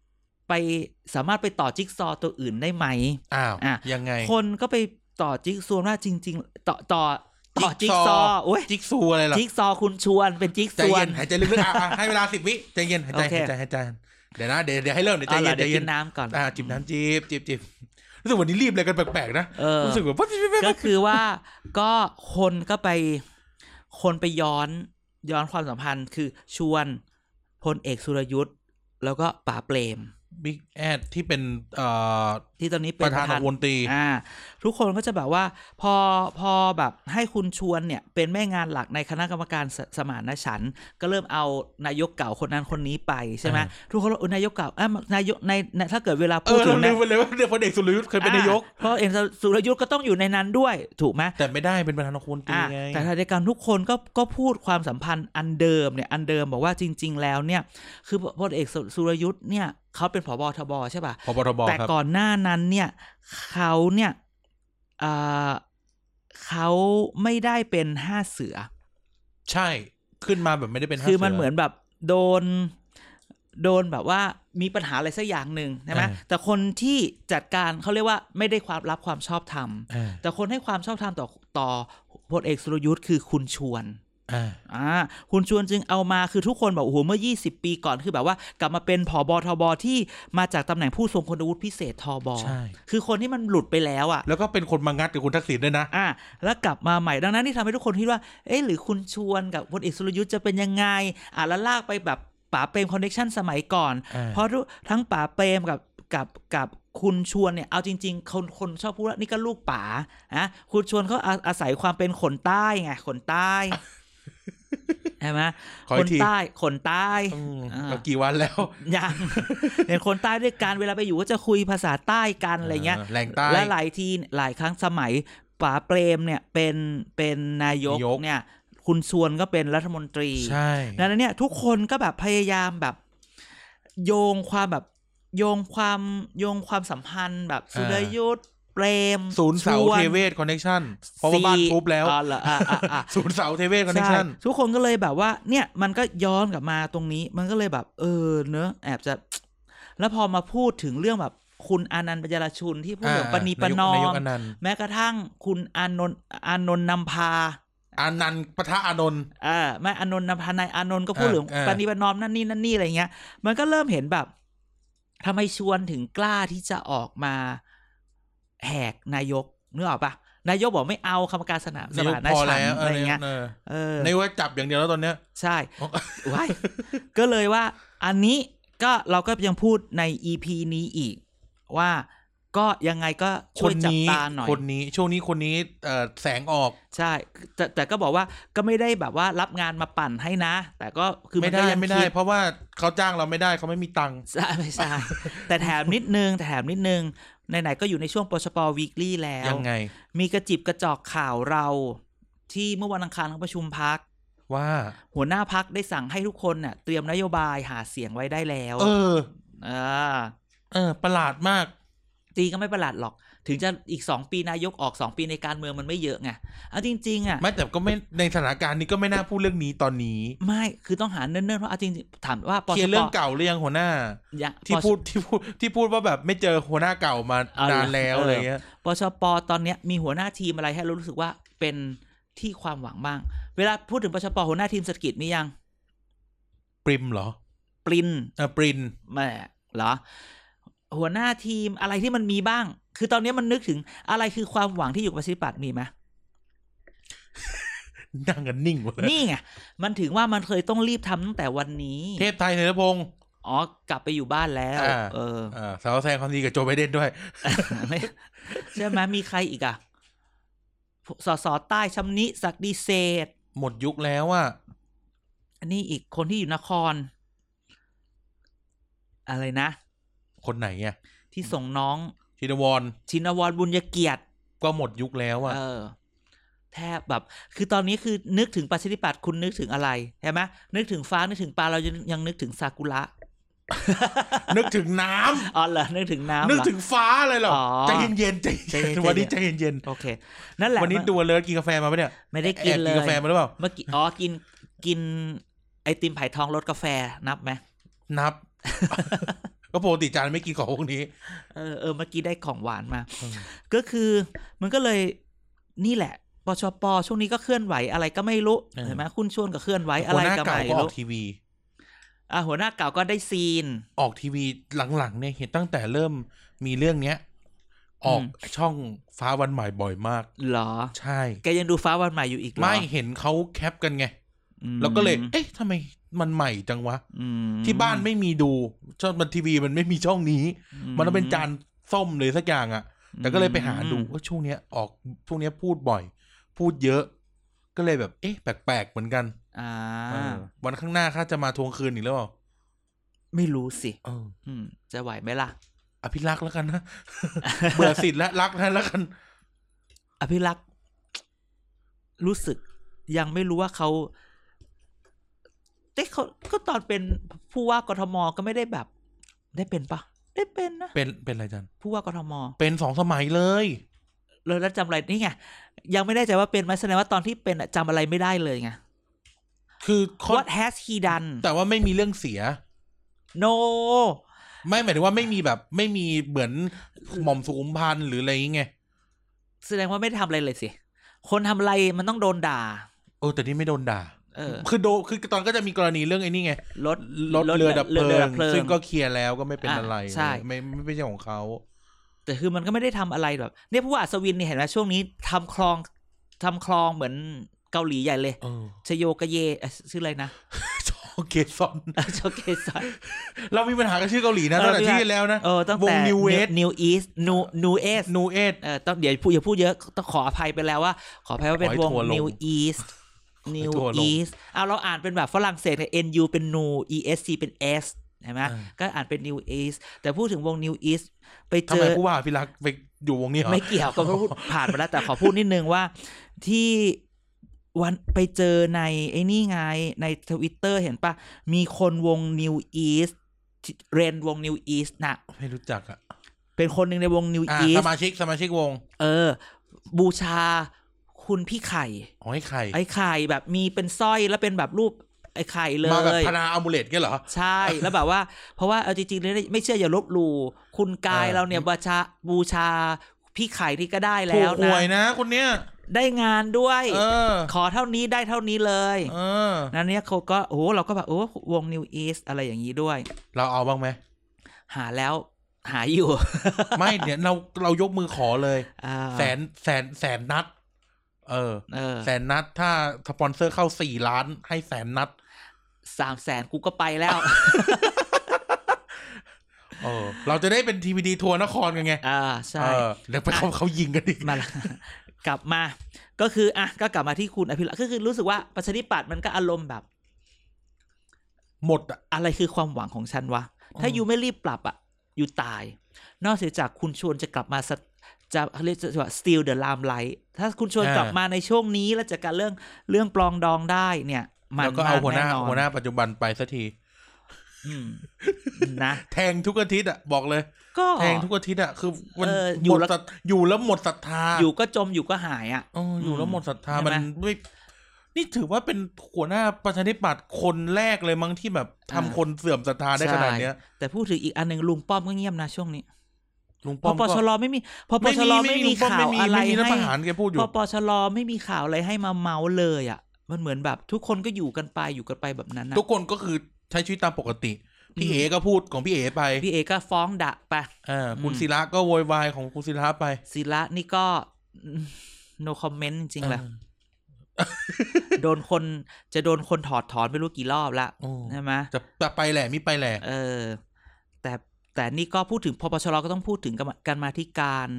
ไปสามารถไปต่อจิ๊กซอว์ตัวอื่นได้ไหมยังไงคนก็ไปต่อจิ๊กซอว์ว่าจริงๆต่อจิ๊กซอว์โอ้ยจิ๊กซอว์อะไรล่ะจิ๊กซอว์คุณชวนเป็นจิ๊กซอว์หายใจลึกๆให้เวลา10 วิใจเย็นหายใจเดี๋ยวนะเดี๋ยวให้เริ่มเดี๋ยวใจเย็นเดี๋ยวกินน้ำก่อนจิบน้ำจิบรู้สึกวันนี้รีบอะไรกันแปลกๆนะรู้สึกแบบก็คือว่าก็คนไปย้อนความสัมพันธ์คือชวนพลเอกสุรยุทธ์แล้วก็ป๋าเปรมบิ๊กแอดที่เป็นที่ตอนนี้เป็นประธานองค์มนตรีทุกคนก็จะแบบว่าพอแบบให้คุณชวนเนี่ยเป็นแม่งานหลักในคณะกรรมการสมานฉันท์ก็เริ่มเอานายกเก่าคนนั้นคนนี้ไปใช่ไหมทุกคนว่านายกเก่านายกในถ้าเกิดเวลาพูดถึงนะเลยว่าพลเอกสุรยุทธ์เคยเป็นนายกเพราะเอกสุรยุทธ์ก็ต้องอยู่ในนั้นด้วยถูกไหมแต่ไม่ได้เป็นประธานองค์มนตรีไงแต่ทางเดียวกันทุกคนก็พูดความสัมพันธ์อันเดิมบอกว่าจริงๆแล้วเนี่ยคือพลเอกสุรยุทธ์เนี่ยเขาเป็นผบ.ทบ.ใช่ป่ะผบ.ทบ. แต่ก่อนหน้านั้นเนี่ยเขาเนี่ยเขาไม่ได้เป็น5 เสือใช่ขึ้นมาแบบไม่ได้เป็น5 เสือคือมันเหมือนแบบโดนแบบว่ามีปัญหาอะไรสักอย่างหนึ่งใช่ไหมแต่คนที่จัดการเขาเรียกว่าไม่ได้รับความชอบธรรมแต่คนให้ความชอบธรรมต่อพลเอกสุรยุทธ์คือคุณชวนคุณชวนจึงเอามาคือทุกคนบอกโอ้โหเมื่อ20 ปีก่อนคือแบบว่ากลับมาเป็นผบ.ทบ.ที่มาจากตำแหน่งผู้ทรงคุณวุฒิพิเศษทบ.คือคนที่มันหลุดไปแล้วอ่ะแล้วก็เป็นคนมางัดกับคุณทักษิณด้วยนะแล้วกลับมาใหม่ดังนั้นที่ทำให้ทุกคนคิดว่าหรือคุณชวนกับพลเอกสุรยุทธ์จะเป็นยังไงแล้วลากไปแบบป๋าเปรมคอนเนคชั่นสมัยก่อนเพราะทั้งป๋าเปรมกับคุณชวนเนี่ยเอาจริงๆคนชอบพูดว่านี่ก็ลูกป๋าคุณชวนเขาอาศัยความเป็นขนใต้ไงขนใต้ใช่ไหมคนใต้กี่วันแล้วยังเป็นคนใต้ด้วยกันเวลาไปอยู่ก็จะคุยภาษาใต้กันอะไรเงี้ยและหลายครั้งสมัยป๋าเปรมเนี่ยเป็นนายกเนี่ยคุณชวนก็เป็นรัฐมนตรีใช่ดังนั้นเนี่ยทุกคนก็แบบพยายามแบบโยงความสัมพันธ์แบบสุรยุทธ์เปรมศูนย์เสาเทเวศคอนเนคชั่นเพราะว่าบ้านทุบแล้วศูนย์เสาเทเวศคอนเนคชั่นทุกคนก็เลยแบบว่าเนี่ยมันก็ย้อนกลับมาตรงนี้มันก็เลยแบบเนอะแอบจะแล้วพอมาพูดถึงเรื่องแบบคุณอานันต์ปัญญารชุนที่พูดถึงปณีประนอมแม้กระทั่งคุณอานนท์นำพาอานันต์ปะทะอานนท์ไม่อานนท์นำพานายอานนท์ก็พูดถึงปณีประนอมนั่นนี่อะไรเงี้ยมันก็เริ่มเห็นแบบทำไมชวนถึงกล้าที่จะออกมาแหกนายกนึกออกปะนายกบอกไม่เอากรรมการสมานฉันท์อะไรเงี้ยในว่าจับอย่างเดียวแล้วตอนเนี้ยใช่ว้ายก็เลยว่าอันนี้ก็เราก็ยังพูดใน EP นี้อีกว่าก็ยังไงก็ช่วยจับตาหน่อยคนนี้ช่วงนี้คนนี้แสงออกใช่แต่ก็บอกว่าก็ไม่ได้แบบว่ารับงานมาปั่นให้นะแต่ก็คือไม่ได้เพราะว่าเขาจ้างเราไม่ได้เขาไม่มีตังค์ไม่ใช่แต่แถมนิดนึงไหนๆก็อยู่ในช่วงปชป.วีคลี่แล้วยังไงมีกระจิบกระจอกข่าวเราที่เมื่อวันอังคารเขาประชุมพรรคว่าหัวหน้าพรรคได้สั่งให้ทุกคนน่ะเตรียมนโยบายหาเสียงไว้ได้แล้วประหลาดมากจริงก็ไม่ประหลาดหรอกถึงจะอีก2 ปีนายกออก2 ปีในการเมืองมันไม่เยอะไงเอาจริงๆไม่แต่ก็ไม่ในสถานการณ์นี้ก็ไม่น่าพูดเรื่องนี้ตอนนี้ไม่คือต้องหาเนิ่นๆเพราะเอาจริงถามว่าปชปเรื่องเก่าเรื่องหัวหน้าที่พูดว่าแบบไม่เจอหัวหน้าเก่ามานานแล้วอะไรเงี้ยปชปตอนเนี้ยมีหัวหน้าทีมอะไรให้รู้สึกว่าเป็นที่ความหวังบ้างเวลาพูดถึงปชปหัวหน้าทีมเศรษฐกิจมียังปริมเหรอปรินไม่เหรอหัวหน้าทีมอะไรที่มันมีบ้างคือตอนนี้มันนึกถึงอะไรคือความหวังที่อยู่กับประชาธิปัตย์มีไหมนั่งกันนิ่งหมดนี่ไงมันถึงว่ามันเคยต้องรีบทำตั้งแต่วันนี้เทพไทยเถรพงศ์กลับไปอยู่บ้านแล้วสาวแซงความดีกับโจไบเดนด้วยใช่ไหมมีใครอีกอ่ะสสใต้ชำนิศักดิเศษหมดยุคแล้วอ่ะอันนี้อีกคนที่อยู่นครอะไรนะคนไหนอ่ะที่ส่งน้องชินวรบุญเกียรติก็หมดยุคแล้วอ่ะแทบแบบคือตอนนี้คือนึกถึงประชาธิปัตย์คุณนึกถึงอะไรใช่ไหมนึกถึงฟ้านึกถึงปลาเรายังนึกถึงซากุระนึกถึงน้ำเหรอนึกถึงน้ำนึกถึงฟ้าเลยเหรอใจเย็นวันนี้ใจเย็นโอเคนั่นแหละวันนี้ดูเลยกินกาแฟมาปะเนี่ยไม่ได้กินเลยกินกาแฟมาหรือเปล่าเมื่อกี้กินไอติมไผ่ทองรสกาแฟนับไหมนับก็ปกติจานไม่กินของพวกนี้เมื่อกี้ได้ของหวานมาก็คือมันก็เลยนี่แหละปชป.ช่วงนี้ก็เคลื่อนไหวอะไรก็ไม่รู้เห็นไหมคุณชวนก็เคลื่อนไหวอะไรก็ไม่รู้หัวหน้าเก่าก็ออกทีวีหัวหน้าเก่าก็ได้ซีนออกทีวีหลังๆเนี่ยเห็นตั้งแต่เริ่มมีเรื่องเนี้ยออกช่องฟ้าวันใหม่บ่อยมากเหรอใช่แกยังดูฟ้าวันใหม่อยู่อีกเหรอไม่เห็นเขาแคปกันไงแล้วก็เลยเอ๊ะทำไมมันใหม่จังวะที่บ้านไม่มีดูช่องมันทีวีมันไม่มีช่องนี้มันต้องเป็นจานส้มเลยสักอย่างอ่ะแต่ก็เลยไปหาดูว่าช่วงเนี้ยออกช่วงเนี้ยพูดบ่อยพูดเยอะก็เลยแบบเอ๊ะแปลกๆเหมือนกันวันข้างหน้าข้าจะมาทวงคืนอีกแล้วเปล่าไม่รู้สิจะไหวไหมล่ะอภิรักษ์แล้วกันนะ เบื่อสิทธิ์และรักแล้วกันอภิรักษ์รู้สึกยังไม่รู้ว่าเขาก็ตอนเป็นผู้ว่ากทมก็ไม่ได้แบบได้เป็นปะได้เป็นนะเป็นอะไรจันผู้ว่ากทมเป็น2 สมัยเลยแล้วจำอะไรนี่ไงยังไม่แน่ใจว่าเป็นไหมแสดงว่าตอนที่เป็นจำอะไรไม่ได้เลยไงคือ what has he done แต่ว่าไม่มีเรื่องเสีย no ไม่หมายถึงว่าไม่มีแบบไม่มีเหมือนหม่อมสุขุมพันธ์หรืออะไรอย่างเงี้ยแสดงว่าไม่ได้ทำอะไรเลยสิคนทำอะไรมันต้องโดนด่าแต่นี่ไม่โดนด่าคือตอนก็จะมีกรณีเรื่องไอ้นี่ไงรถเรือดับเพลิงซึ่งก็เคลียร์แล้วก็ไม่เป็นอะไรใช่ไม่ใช่ของเขาแต่คือมันก็ไม่ได้ทำอะไรแบบเนี่ยผู้ว่าอัศวินเนี่ยเห็นไหมช่วงนี้ทำคลองเหมือนเกาหลีใหญ่เลยชโยกะเยชื่ออะไรนะโชเกซอนเรามีปัญหากับชื่อเกาหลีนะตั้งแต่ที่แล้วนะวง New East New East ต้องเดี๋ยวอย่าพูดเยอะต้องขออภัยไปแล้วว่าขออภัยว่าเป็นวง New East New East เราอ่านเป็นแบบฝรั่งเศสเนี่ย NU เป็น New ESC เป็น S ใช่ไหมก็อ่านเป็น New East แต่พูดถึงวง New East ไปเจอทำไมผู้ว่าพิรักษ์ไปอยู่วงนี้เหรอไม่เกี่ยวก็พูดผ่านมาแล้วแต่ขอพูดนิดนึงว่าที่วันไปเจอในไอ้นี่ไงใน Twitter เห็นปะมีคนวง New East เรนวง New East น่ะไม่รู้จักอ่ะเป็นคนหนึ่งในวง New East สมาชิกวงบูชาคุณพี่ไข่ไอ้ไข่แบบมีเป็นสร้อยแล้วเป็นแบบรูปไอ้ไข่เลยมาแบบพนาอัมูเลตเนี่ยเหรอใช่แล้วแบบว่าเพราะว่าเอาจริงๆเลยไม่เชื่ออย่าลบหลู่คุณกายเราเนี่ยบูชาพี่ไข่นี่ก็ได้แล้วนะถูกหวยนะคนเนี้ยได้งานด้วยขอเท่านี้ได้เท่านี้เลยนั่นเนี่ยเขาก็เราก็แบบวง New East อะไรอย่างนี้ด้วยเราเอาบ้างไหมหาแล้วหาอยู่ไม่เนี่ยเรายกมือขอเลยแสนนัดแสนนัดถ้าสปอนเซอร์เข้า4 ล้านให้แสนนัด 300,000กูก็ไปแล้วเราจะได้เป็นทีวีดีทัวร์นครกันไงใช่เดี๋ยวไปเขายิงกันอีกมากลับมาก็คือก็กลับมาที่คุณอภิรักษ์ก็คือรู้สึกว่าประชาธิปัตย์มันก็อารมณ์แบบหมดอะไรคือความหวังของฉันวะถ้ายูไม่รีบปรับอยู่ตายนอกจากคุณชวนจะกลับมาจะเรียกว่า steal the limelight ถ้าคุณชวนกลับมาในช่วงนี้แล้วจัดการเรื่องปลองดองได้เนี่ยมันแล้วก็เอาหัวหน้าปัจจุบันไปสักทีนะแทงทุกอาทิตย์บอกเลยก็แทงทุกอาทิตย์คือมันอยู่แล้วหมดศรัทธาอยู่ก็จมอยู่ก็หายอยู่แล้วหมดศรัทธามันไม่นี่ถือว่าเป็นหัวหน้าประชาธิปัตย์คนแรกเลยมั้งที่แบบทำคนเสื่อมศรัทธาได้ขนาดนี้แต่พูดถึงอีกอันนึงลุงป้อมก็เงียบนะช่วงนี้พปชรไม่มีพปชรไม่มีข่าวอะไรให้พปชรไม่มีข่าวอะไรให้มาเมาเลยมันเหมือนแบบทุกคนก็อยู่กันไปแบบนั้นทุกคนก็คือใช้ชีวิตตามปกติพี่เอก็พูดของพี่เอไปพี่เอก็ฟ้องด่าไปคุณศิระก็โวยวายของคุณศิระไปศิระนี่ก็ no comment จริงๆแหละโดนคนถอดถอนไม่รู้กี่รอบละใช่ไหมจะไปแหละมิไปแหละแต่นี่ก็พูดถึงพปชรก็ต้องพูดถึงการมาธิการ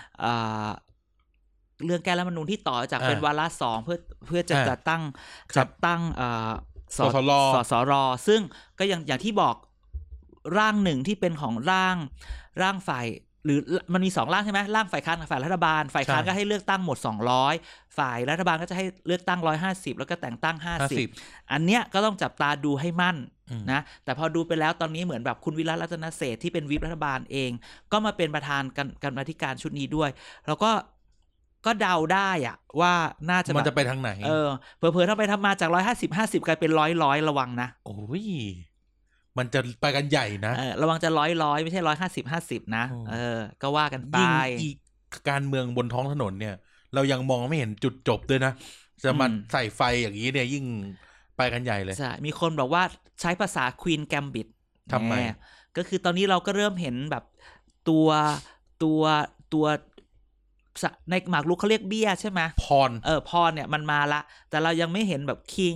เรื่องแก้รัฐธรรมนูญที่ต่อจากเป็นวาระ2เพื่อจะจัดตั้งสสรซึ่งก็อย่างที่บอกร่างหนึ่งที่เป็นของร่างฝ่ายหรือมันมี2ร่างใช่ไหมร่างฝ่ายค้านกับฝ่ายรัฐบาลฝ่ายค้านก็ให้เลือกตั้งหมด200ฝ่ายรัฐบาลก็จะให้เลือกตั้ง150แล้วก็แต่งตั้ง50อันเนี้ยก็ต้องจับตาดูให้มั่นนะแต่พอดูไปแล้วตอนนี้เหมือนแบบคุณวิรัติรัตนเศรษฐ์ที่เป็นวิปรัฐบาลเองก็มาเป็นประธานกรรมาธิการชุดนี้ด้วยแล้วก็เดาได้ว่าน่าจะมันจะไปทางไหนเผลอๆถ้าไปทำมาจาก150 50กลายเป็น100ระวังนะโอ้ยมันจะไปกันใหญ่นะระวังจะร้อยไม่ใช่150-50นะก็ว่ากันไปยิ่งอีกการเมืองบนท้องถนนเนี่ยเรายังมองไม่เห็นจุดจบด้วยนะจะมาใส่ไฟอย่างนี้เนี่ยยิ่งไปกันใหญ่เลยใช่มีคนบอกว่าใช้ภาษา Queen Gambit ทำไมก็คือตอนนี้เราก็เริ่มเห็นแบบตัวในหมากรุกเขาเรียกเบี้ยใช่ไหมพรเนี่ยมันมาละแต่เรายังไม่เห็นแบบ King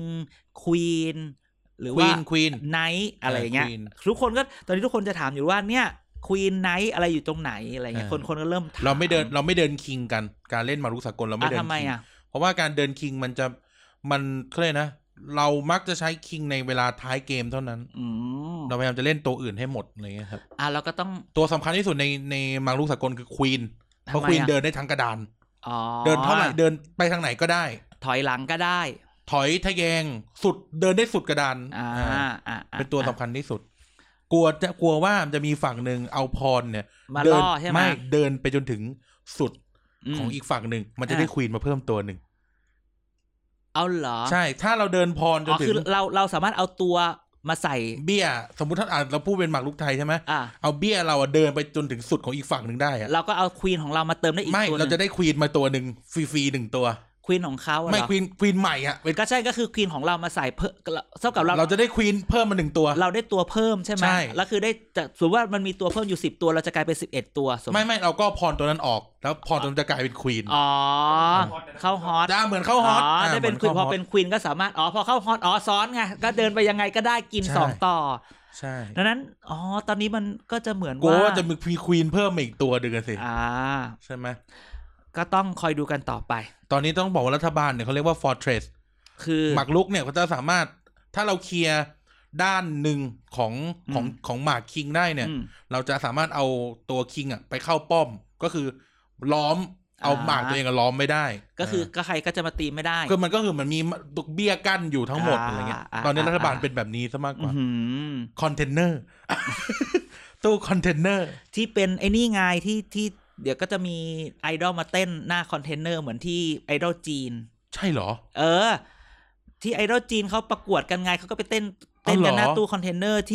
Queen หรือว่า Queen Knight อะไรอย่างเงี้ยทุกคนก็ตอนนี้ทุกคนจะถามอยู่ว่าเนี่ย Queen Knight อะไรอยู่ตรงไหนอะไรเงี้ยคนก็เริ่มเราไม่เดิน King กันการเล่นหมากรุกสากลเราไม่เดิน King เพราะว่าการเดิน King มันเขาเรียกนะเรามักจะใช้ King ในเวลาท้ายเกมเท่านั้นเราพยายามจะเล่นตัวอื่นให้หมดอะไรเงี้ยครับเราก็ต้องตัวสำคัญที่สุดในหมากรุกสากลคือ Queen เพราะ Queen เดินได้ทั้งกระดานเดินเท่าไหร่เดินไปทางไหนก็ได้ถอยหลังก็ได้ถอยทะแยงสุดเดินได้สุดกระดานเป็นตัวสำคัญที่สุดกลัวว่าจะมีฝั่งหนึ่งเอาพรเนี่ยมาล่อใช่ไหมไม่เดินไปจนถึงสุดของอีกฝั่งหนึ่งมันจะได้ Queen มาเพิ่มตัวหนึ่งเอาเหรอใช่ถ้าเราเดินพรจนถึงคือเราสามารถเอาตัวมาใส่เบี้ยสมมุติถ้าเราพูดเป็นหมากรุกไทยใช่ไหมเอาเบี้ยเราเดินไปจนถึงสุดของอีกฝั่งหนึ่งได้เราก็เอาควีนของเรามาเติมได้อีกตัวไม่เราจะได้ควีนมาตัวหนึ่งฟรีๆ1ตัวควีนของเขาไม่ควีนใหม่ก็ใช่ก็คือควีนของเรามาใส่เพิ่มเท่ากับเราจะได้ควีนเพิ่มมา1ตัวเราได้ตัวเพิ่มใช่ไหมแล้วคือได้จะสมมติว่ามันมีตัวเพิ่มอยู่10ตัวเราจะกลายเป็น11ตัวไม่เราก็พรตัวนั้นออกแล้วพรตัวนั้นจะกลายเป็นควีนเข้าฮอตเหมือนเข้าฮอตได้เป็นควีนพอเป็นควีนก็สามารถพอเข้าฮอตซ้อนไงก็เดินไปยังไงก็ได้กิน2ต่อใช่ดังนั้นตอนนี้มันก็จะเหมือนว่าจะมีควีนเพิ่มอีกตัวนึงสิใช่ไหมก็ต้องคอยดูกันต่อไปตอนนี้ต้องบอกว่ารัฐบาลเนี่ยเขาเรียกว่า Fortress คือหมากรุกเนี่ยเขาจะสามารถถ้าเราเคลียร์ด้านหนึ่งของหมากคิงได้เนี่ยเราจะสามารถเอาตัวคิงไปเข้าป้อมก็คือล้อมเอาหมากตัวเองล้อมไม่ได้ก็คือก็ใครก็จะมาตีไม่ได้คือมันก็คือมันมีตุกเบี้ยกั้นอยู่ทั้งหมดอะไรเงี้ยตอนนี้รัฐบาลเป็นแบบนี้ซะมากกว่าคอนเทนเนอร์ตู้คอนเทนเนอร์ที่เป็นไอ้นี่ไงที่เดี๋ยวก็จะมีไอดอลมาเต้นหน้าคอนเทนเนอร์เหมือนที่ไอดอลจีนใช่เหรอที่ไอดอลจีนเขาประกวดกันไงเขาก็ไปเต้นกันหน้าตู้คอนเทนเนอร์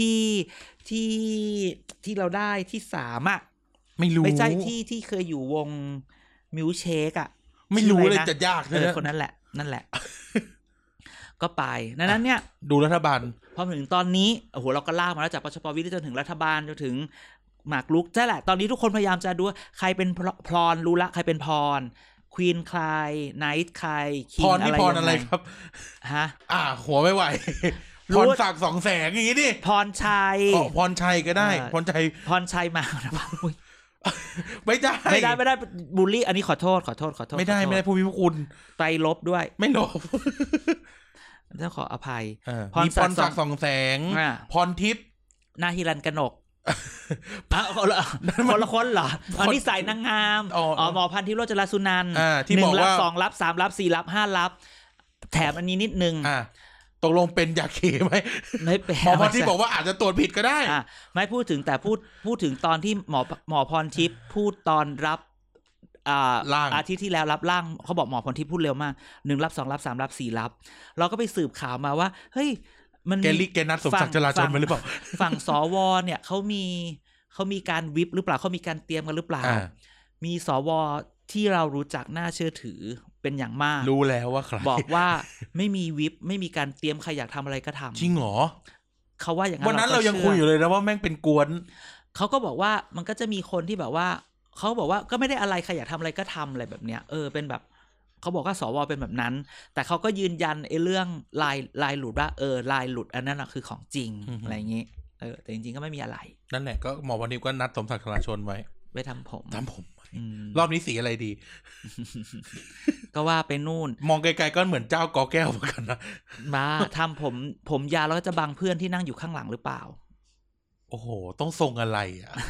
ที่เราได้ที่3อ่ะไม่รู้ไม่ใช่ที่เคยอยู่วงมิวเชคอ่ะไม่รู้เลยจะยากเลยคนนั้นแหละก็ไปนั้นเนี่ยดูรัฐบาลพอถึงตอนนี้โอ้โหเราก็ลากมาแล้วจากปชป.วิทย์จนถึงรัฐบาลจนถึงหมากรุกใช่แหละตอนนี้ทุกคนพยายามจะดูใครเป็นพรรู้ละใครเป็นพรควีนใครไนท์ใครคิงอะไรพรอะไรครับฮะหัวไม่ไหวพรศักดิ์2 แสงอย่างนี้ดิพรชัยพรชัยก็ได้พรชัยมาไม่ได้บูลลี่อันนี้ขอโทษไม่ได้ผู้มีพระคุณไตรลบด้วยไม่ลบจะขออภัยมีพรศักดิ์2 แสงพรทิพย์นาฮิรันกนกคนละคนเหรออันนี้สายนางงามหมอพันธุ์ทิพย์โรจนสุนันท์1 รับ 2 รับ 3 รับ 4 รับ 5 รับแถมอันนี้นิดนึงตกลงเป็นยาเคไหมไม่เป็นหมอพรทิพย์บอกว่าอาจจะตรวจผิดก็ได้ไม่พูดถึงแต่พูดถึงตอนที่หมอพรทิพย์พูดตอนรับอาทิตย์ที่แล้วรับร่างเขาบอกหมอพรทิพย์พูดเร็วมาก1 รับ 2 รับ 3 รับ 4 รับเราก็ไปสืบข่าวมาว่าเฮ้ยมันแกนัดสมศักดิ์จราจรมาหรือเปล่าฝั่งสวเนี่ยเขามีการวิปหรือเปล่าเขามีการเตรียมกันหรือเปล่ามีสวที่เรารู้จักน่าเชื่อถือเป็นอย่างมากรู้แล้วว่าใครบอกว่าไม่มีวิปไม่มีการเตรียมใครอยากทำอะไรก็ทำจริงเหรอเขาว่าอย่างนั้นวันนั้นเรายังคุยอยู่เลยนะว่าแม่งเป็นกวนเขาก็บอกว่ามันก็จะมีคนที่แบบว่าเขาบอกว่าก็ไม่ได้อะไรใครอยากทำอะไรก็ทำอะไรแบบเนี้ยเป็นแบบเขาบอกว่าสวเป็นแบบนั้นแต่เขาก็ยืนยันไอ้เรื่องลายหลุดว่าลายหลุดอันนั้นคือของจริง อะไรอย่างงี้แต่จริงๆก็ไม่มีอะไรนั่นแหละก็หมอวันนี้ก็นัดสมศักดิ์จราชนไว้ไปทำผมรอบนี้สีอะไรดีก็ว่าไปนู่นมองไกลๆก็เหมือนเจ้ากอแก้วเหมือนกันนะมาทำผมยาวแล้วก็จะบังเพื่อนที่นั่งอยู่ข้างหลังหรือเปล่าโอ้โหต้องทรงอะไร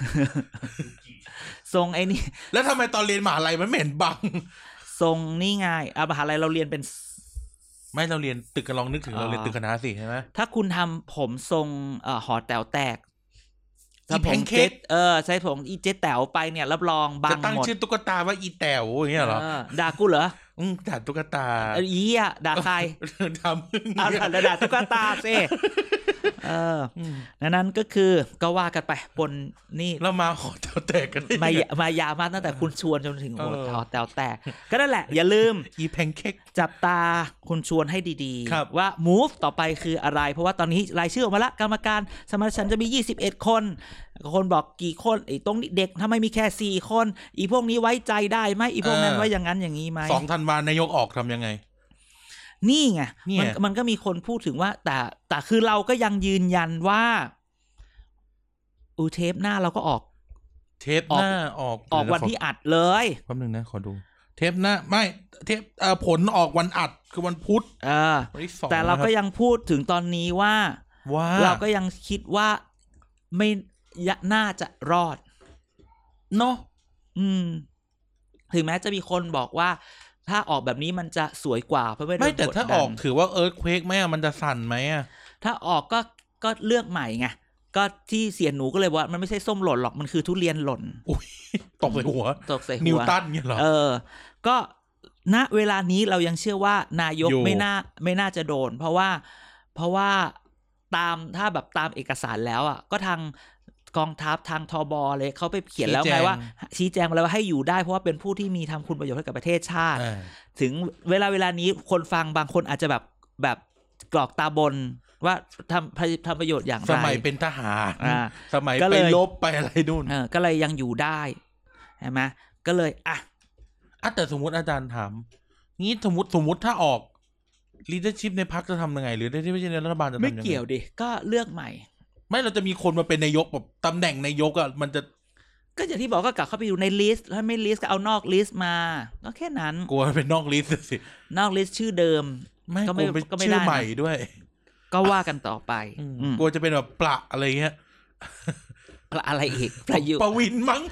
ทรงไอ้นี่แล้วทำไมตอนเรียนมหาลัยมันไม่เห็นบังทรงนี่ไงมหาลัยเราเรียนเป็นไม่เราเรียนตึกกันลองนึกถึงเราเรียนตึกคณะสิใช่ไหมถ้าคุณทำผมทรงหอแต๋วแตกอีแพนเค้กใช้ผมอีเจ๊แต๋วไปเนี่ยรับรองบังหมดจะตั้งชื่อตุ๊กตาว่าอีแต๋วอย่างเงี้ยเหรอด่ากูเหรอด่าตุ๊กตาอีด่าใครทำด่าตุ๊กตาสินั้นก็คือก็ว่ากันไปบนนี่แล้วมาขอแถวแตกกันมายาวมากตั้งแต่คุณชวนจนถึงโอ้แถวแตกก็นั่นแหละอย่าลืมอีแพนเค้กจับตาคุณชวนให้ดีๆว่า move ต่อไปคืออะไรเพราะว่าตอนนี้รายชื่อออกมาละกรรมการสมัชชันจะมี21คนบอกกี่คนไอ้ตรงนี้เด็กทำไมมีแค่4คนอีพวกนี้ไว้ใจได้ไหมอีพวกนั้นไว้อย่างนั้นอย่างนี้ไหม 2 ธันวาคมนายกออกทำยังไงนี่ไงมันก็มีคนพูดถึงว่าแต่คือเราก็ยังยืนยันว่าเทปหน้าเราก็ออกเทปหน้าออกวันที่อัดเลยแป๊บนึงนะขอดูเทปหน้าไม่เทปผลออกวันอัดคือวันพุธแต่เราก็ยังพูดถึงตอนนี้ว่าเราก็ยังคิดว่าไม่น่าจะรอดเนาะถึงแม้จะมีคนบอกว่าถ้าออกแบบนี้มันจะสวยกว่าเพราะไม่แต่ถ้าออกถือว่าเควกไหมมันจะสั่นไหมถ้าออกก็เลือกใหม่ไงก็ที่เสียหนูก็เลยว่ามันไม่ใช่ส้มหล่นหรอกมันคือทุเรียนหล่นตกใส่หัวนิวตันเนี่ยหรอก็ณเวลานี้เรายังเชื่อว่านายกไม่น่าจะโดนเพราะว่าถ้าแบบตามเอกสารแล้วอ่ะก็ทางกองทัพทางทบเลยเขาไปเขียนแล้วไงว่าชี้แจงมาแล้วว่าให้อยู่ได้เพราะว่าเป็นผู้ที่มีทำคุณประโยชน์ให้กับประเทศชาติถึงเวลานี้คนฟังบางคนอาจจะแบบกรอกตาบนว่าทำประโยชน์อย่างไรสมัยเป็นทหารสมัยไปลบไปอะไรนู่นก็เลยยังอยู่ได้ใช่ไหมก็เลยแต่สมมติอาจารย์ถามงี้สมมติถ้าออก leadership ในพรรคจะทำยังไงหรือที่ไม่ใช่ในรัฐบาลจะทำยังไงไม่เกี่ยวดิก็เลือกใหม่ไม่เราจะมีคนมาเป็นนายกแบบตำแหน่งนายกมันจะก็อย่างที่บอกก็กลับเข้าไปอยู่ในลิสต์ถ้าไม่ลิสต์ก็เอานอกลิสต์มาก็แค่นั้นกลัวเป็นนอกลิสต์สินอกลิสต์ชื่อเดิมก็ไม่ชื่อใหม่ด้วยก็ว่ากันต่อไปกลัวจะเป็นแบบปละอะไรเงี้ยปละอะไรอีกประยุทธ์ประวินมั้ง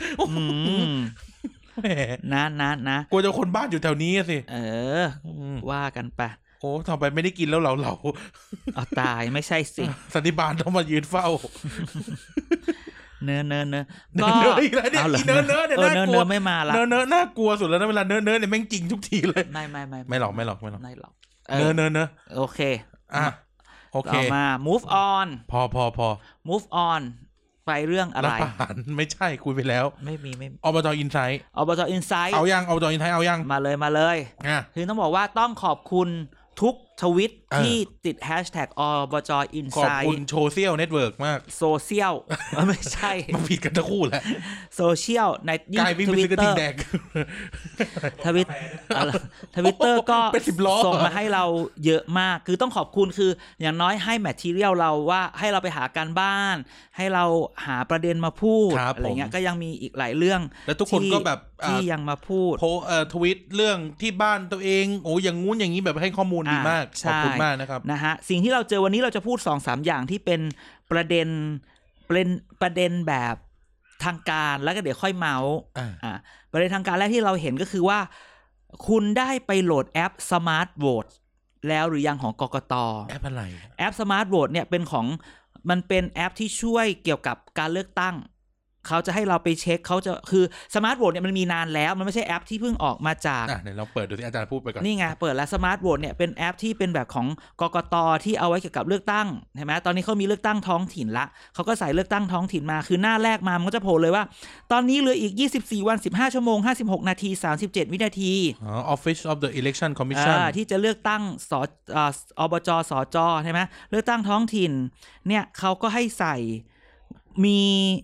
นะกลัวจะคนบ้านอยู่แถวนี้สิว่ากันไปโอ้ต่อไปไม่ได้กินแล้วเราเอาตายไม่ใช่สิสันติบาลต้องมายืนเฝ้าเนอะก็อีกแล้วเนี่ยเนอะเนี่ยน่ากลัวไม่มาละเนอะน่ากลัวสุดแล้วนะเวลาเนอะเนี่ยแม่งจริงทุกทีเลยไม่หรอกเนอะโอเคโอเคมา move on พอ move on ไปเรื่องอะไรไม่ใช่คุยไปแล้วไม่อบจ.อินไซต์เอายังอบจ.อินไซต์เอายังมาเลยคือต้องบอกว่าต้องขอบคุณทุกทวิตที่ติดแฮชแท็กอบจ.อินไซต์ขอบคุณโซเชียลเน็ตเวิร์กมากโซเชียลไม่ใช่มันผิดกันทั้งคู่แหละโซเชียลในทวิตเตอร์ทวิตเตอร์ก็ส่งมาให้เราเยอะมากคือต้องขอบคุณคืออย่างน้อยให้แมททีเรียลเราว่าให้เราไปหาการบ้านให้เราหาประเด็นมาพูดอะไรเงี้ยก็ยังมีอีกหลายเรื่องแล้วทุกคนก็แบบที่ยังมาพูดทวิตเรื่องที่บ้านตัวเองโอ้อย่างงู้นอย่างนี้แบบให้ข้อมูลดีมากขอบคุณมากนะครับนะฮะสิ่งที่เราเจอวันนี้เราจะพูด 2-3 อย่างที่เป็นประเด็นแบบทางการแล้วก็เดี๋ยวค่อยเมาส์ประเด็นทางการแรกที่เราเห็นก็คือว่าคุณได้ไปโหลดแอป Smart Vote แล้วหรือยังของกกต. แอปอะไรแอป Smart Vote เนี่ยมันเป็นแอปที่ช่วยเกี่ยวกับการเลือกตั้งเขาจะให้เราไปเช็คเขาจะคือสมาร์ทโหวตเนี่ยมันมีนานแล้วมันไม่ใช่แอปที่เพิ่งออกมาจากเดี๋ยวเราเปิดดูที่อาจารย์พูดไปก่อนนี่ไงเปิดแล้วสมาร์ทโหวตเนี่ยเป็นแอปที่เป็นแบบของกกต.ที่เอาไว้เกี่ยวกับเลือกตั้งใช่ไหมตอนนี้เขามีเลือกตั้งท้องถิ่นละเขาก็ใส่เลือกตั้งท้องถิ่นมาคือหน้าแรกมามันก็จะโผล่เลยว่าตอนนี้เหลืออีก24วัน15ชั่วโมง56นาที37วินาที Office of the Election Commission ที่จะเลือกตั้งอบจ.สจ.ใช่ไหมเลือกตั้งท้องถิ่นเนี่ยเขาก็ให้ใส่มี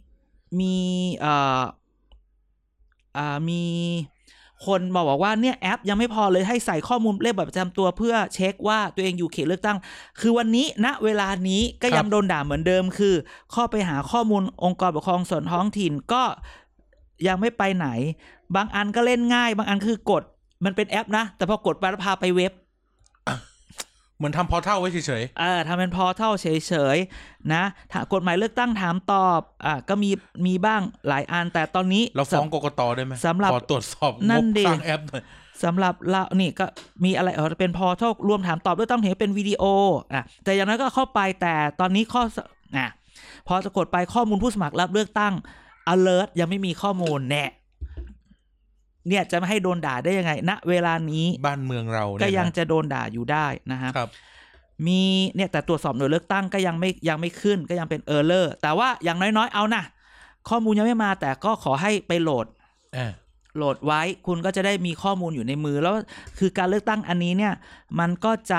คนบอกว่าเนี่ยแอปยังไม่พอเลยให้ใส่ข้อมูลเลขบัตรประจำตัวเพื่อเช็คว่าตัวเองอยู่เขตเลือกตั้งคือวันนี้ณเวลานี้ก็ยังโดนด่าเหมือนเดิมคือเข้าไปหาข้อมูลองค์กรปกครองส่วนท้องถิ่นก็ยังไม่ไปไหนบางอันก็เล่นง่ายบางอันคือกดมันเป็นแอปนะแต่พอกดไปแล้วพาไปเว็บเหมือนทำพอร์ทัลไว้เฉยๆทำเป็นพอร์ทัลเฉยๆนะกฎหมายเลือกตั้งถามตอบก็มีบ้างหลายอันแต่ตอนนี้เราฟ้องกกต.ได้ไหมสำหรับขอตรวจสอบงบสร้างแอปหน่อยสำหรับเรานี่ก็มีอะไรเป็นพอร์ทัลรวมถามตอบด้วยต้องเห็นเป็นวิดีโอแต่อย่างนั้นก็เข้าไปแต่ตอนนี้พอจะกดไปข้อมูลผู้สมัครรับเลือกตั้ง alert ยังไม่มีข้อมูลเนี่ยจะไม่ให้โดนด่าได้ยังไงณเวลานี้บ้านเมืองเราก็ยังจะโดนด่าอยู่ได้นะครับมีเนี่ยแต่ตรวจสอบหน่วยเลือกตั้งก็ยังไม่ขึ้นก็ยังเป็นerror แต่ว่าอย่างน้อยๆเอานะข้อมูลยังไม่มาแต่ก็ขอให้ไปโหลดไว้คุณก็จะได้มีข้อมูลอยู่ในมือแล้วคือการเลือกตั้งอันนี้เนี่ยมัน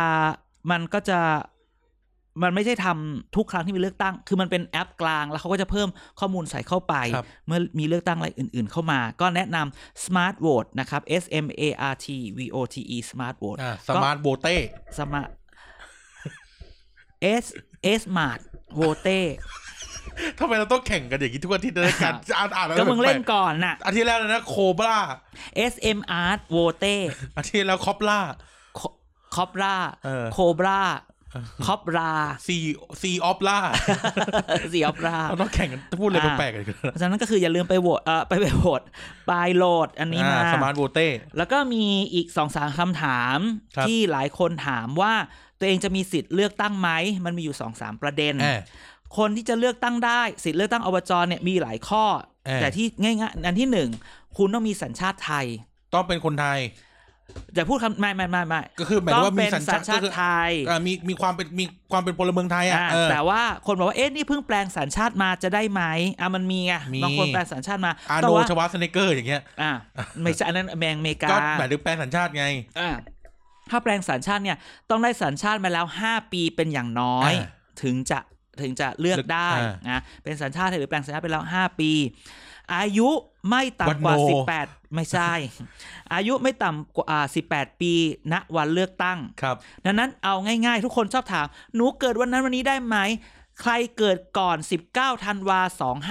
ไม่ใช่ทำทุกครั้งที่มีเลือกตั้งคือมันเป็นแอปกลางแล้วเขาก็จะเพิ่มข้อมูลใส่เข้าไปเมื่อมีเลือกตั้งอะไรอื่นๆเข้ามาก็แนะนำ Smart Vote นะครับ SMARTVOTE Smart Vote Smart Vote Smart Smart Vote ทำไมเราต้องแข่งกันอย่างนี้ทุกอาทิตย์ในการอ่านก็มึงเล่นก่อนน่ะอาทิตย์แล้วนะโคบรา SMART Vote อาทิตย์แล้วคอปราโคบราคอปราซีออฟล่าเราต้องแข่งกันพูดเลยแปลกๆกันเพราะฉะนั้นก็คืออย่าลืมไปโหวตไปโหวตไปโหลดอันนี้มาสมาร์ทโวเต้แล้วก็มีอีก 2-3 คำถามที่หลายคนถามว่าตัวเองจะมีสิทธิ์เลือกตั้งไหมมันมีอยู่ 2-3 ประเด็นคนที่จะเลือกตั้งได้สิทธิ์เลือกตั้งอบจ.เนี่ยมีหลายข้อแต่ที่ง่ายๆอันที่1คุณต้องมีสัญชาติไทยต้องเป็นคนไทยจะพูดคำไม่ก็คือหมายว่ามีสัญชาติไทยมีความเป็นพลเมืองไทยแต่ว่าคนบอกว่านี่เพิ่งแปลงสัญชาติมาจะได้ไหมมันมีไงบางคนแปลงสัญชาติมาอาโนชวาสเนเกอร์อย่างเงี้ยไม่ใช่อันนั้นอเมริกาก็หมายถึงแปลงสัญชาติไงถ้าแปลงสัญชาติเนี่ยต้องได้สัญชาติมาแล้ว5ปีเป็นอย่างน้อยถึงจะเลือกได้นะเป็นสัญชาติหรือแปลงสัญชาติไปแล้ว5ปีอายุไม่ต่ำกว่า18ไม่ใช่อายุไม่ต่ำกว่า18ปีณวันเลือกตั้งครับดังนั้นเอาง่ายๆทุกคนชอบถามหนูเกิดวันนั้นวันนี้ได้ไหมใครเกิดก่อน19ธันวา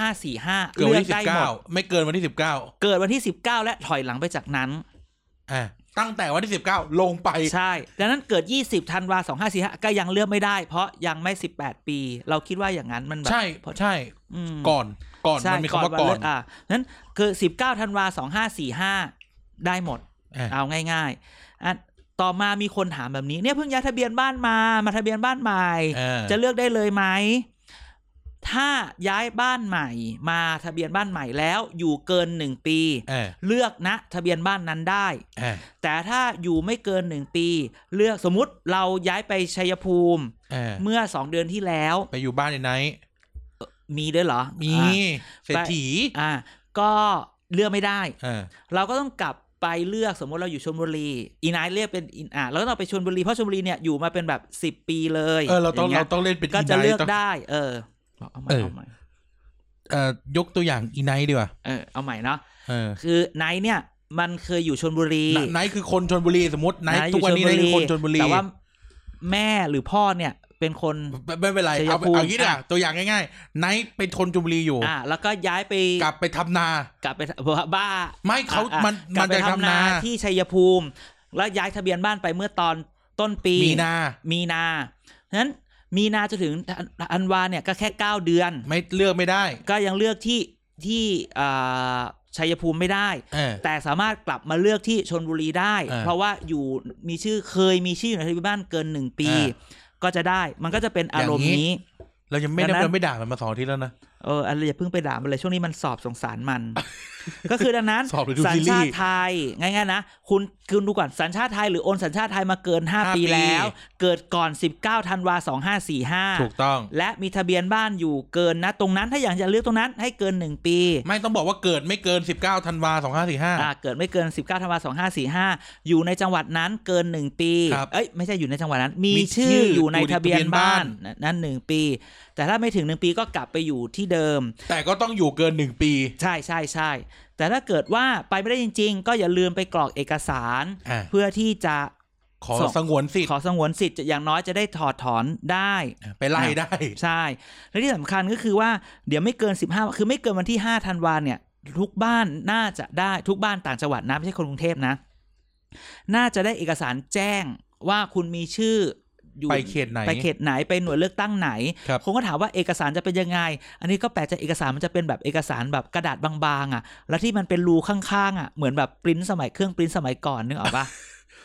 2545 เลือกได้หมดไม่เกินวันที่19 เกิดวันที่19และถอยหลังไปจากนั้นตั้งแต่วันที่19ลงไปใช่ดังนั้นเกิด20ธันวา2545ก็ยังเลือกไม่ได้เพราะยังไม่18ปีเราคิดว่าอย่างนั้นมันแบบใช่ก่อนมันมีคำว่าก่อนนั้นคือ19ธันวา2545ได้หมดเอาง่ายๆต่อมามีคนถามแบบนี้เนี่ยเพิ่งย้ายทะเบียนบ้านมาทะเบียนบ้านใหม่จะเลือกได้เลยไหมถ้าย้ายบ้านใหม่มาทะเบียนบ้านใหม่แล้วอยู่เกิน1ปีเลือกนะทะเบียนบ้านนั้นได้แต่ถ้าอยู่ไม่เกิน1ปีเลือกสมมุติเราย้ายไปชัยภูมิเมื่อ2เดือนที่แล้วไปอยู่บ้านไหนมีด้วยเหรอมีเศรษฐีก็เลือกไม่ได้เราก็ต้องกลับไปเลือกสมมติเราอยู่ชลบุรีอีนายเรียกเป็นแล้วก็ต้องไปชลบุรีเพราะชลบุรีเนี่ยอยู่มาเป็นแบบ10ปีเลยเราต้องเล่นเป็นก็จะเลือกได้เอาใหม่ยกตัวอย่างอีไนท์ดีกว่าเอาใหม่เนาะคือไนท์เนี่ยมันเคยอยู่ชลบุรีไนท์คือคนชลบุรีสมมติไนท์ทุกวันนี้ไนท์คือคนชลบุรีแต่ว่าแม่หรือพ่อเนี่ยเป็นคนไม่เป็นไรเอาอย่างนี้ตัวอย่างง่ายๆไนท์เป็นคนชลบุรีอยู่แล้วก็ย้ายไปกลับไปทำนากลับไปบ้าไม่เขามันจะทำนาที่ชัยภูมิแล้วย้ายทะเบียนบ้านไปเมื่อตอนต้นปีมีนาฉะนั้นมีนาจนถึงธันวาเนี่ยก็แค่9เดือนไม่เลือกไม่ได้ก็ยังเลือกที่ชัยภูมิไม่ได้แต่สามารถกลับมาเลือกที่ชลบุรีได้เพราะว่าเคยมีชื่ออยู่ในทะเบียนบ้านเกิน1ปีก็จะได้มันก็จะเป็นอารมณ์นี้เรายังไม่ด่ามันมา2 อาทิตย์แล้วนะอะไรอย่าเพิ่งไปด่ามันเลยช่วงนี้มันสอบสงสารมัน ก็คือดังนั้นสัญชาติไทยง่ายๆนะคุณดูก่อนสัญชาติไทยหรือโอนสัญชาติไทยมาเกิน5ปีแล้วเกิดก่อน19ธันวา2545 ถูกต้องและมีทะเบียนบ้านอยู่เกินนะตรงนั้นถ้าอยากจะเลือกตรงนั้นให้เกิน1ปีไม่ต้องบอกว่าเกิดไม่เกิน19ธันวา2545 เกิดไม่เกิน19ธันวา2545อยู่ในจังหวัดนั้นเกิน1ปีไม่ใช่อยู่ในจังหวัดนั้นมีชื่ออยู่ในทะเบียนบ้านนั้น1ปีแต่ถ้าไม่ถึง1ปีก็กลับไปอยู่ที่เดิมแต่ก็ต้องอยู่เกิน1ปีใช่แต่ถ้าเกิดว่าไปไม่ได้จริงๆก็อย่าลืมไปกรอกเอกสารเพื่อที่จะขอสงวนสิทธิ์อย่างน้อยจะได้ถอดถอนได้ไปไล่ได้ใช่และที่สำคัญก็คือว่าเดี๋ยวไม่เกิน15คือไม่เกินวันที่5ธันวาเนี่ยทุกบ้านน่าจะได้ทุกบ้านต่างจังหวัดนะไม่ใช่คนกรุงเทพนะน่าจะได้เอกสารแจ้งว่าคุณมีชื่อไปเขตไหนไปหน่วยเลือกตั้งไหนคนก็ถามว่าเอกสารจะเป็นยังไงอันนี้ก็แปลกใจเอกสารมันจะเป็นแบบเอกสารแบบกระดาษบางๆแล้วที่มันเป็นรูข้างๆเหมือนแบบปริ้นสมัยเครื่องปริ้นสมัยก่อนนึกออกปะ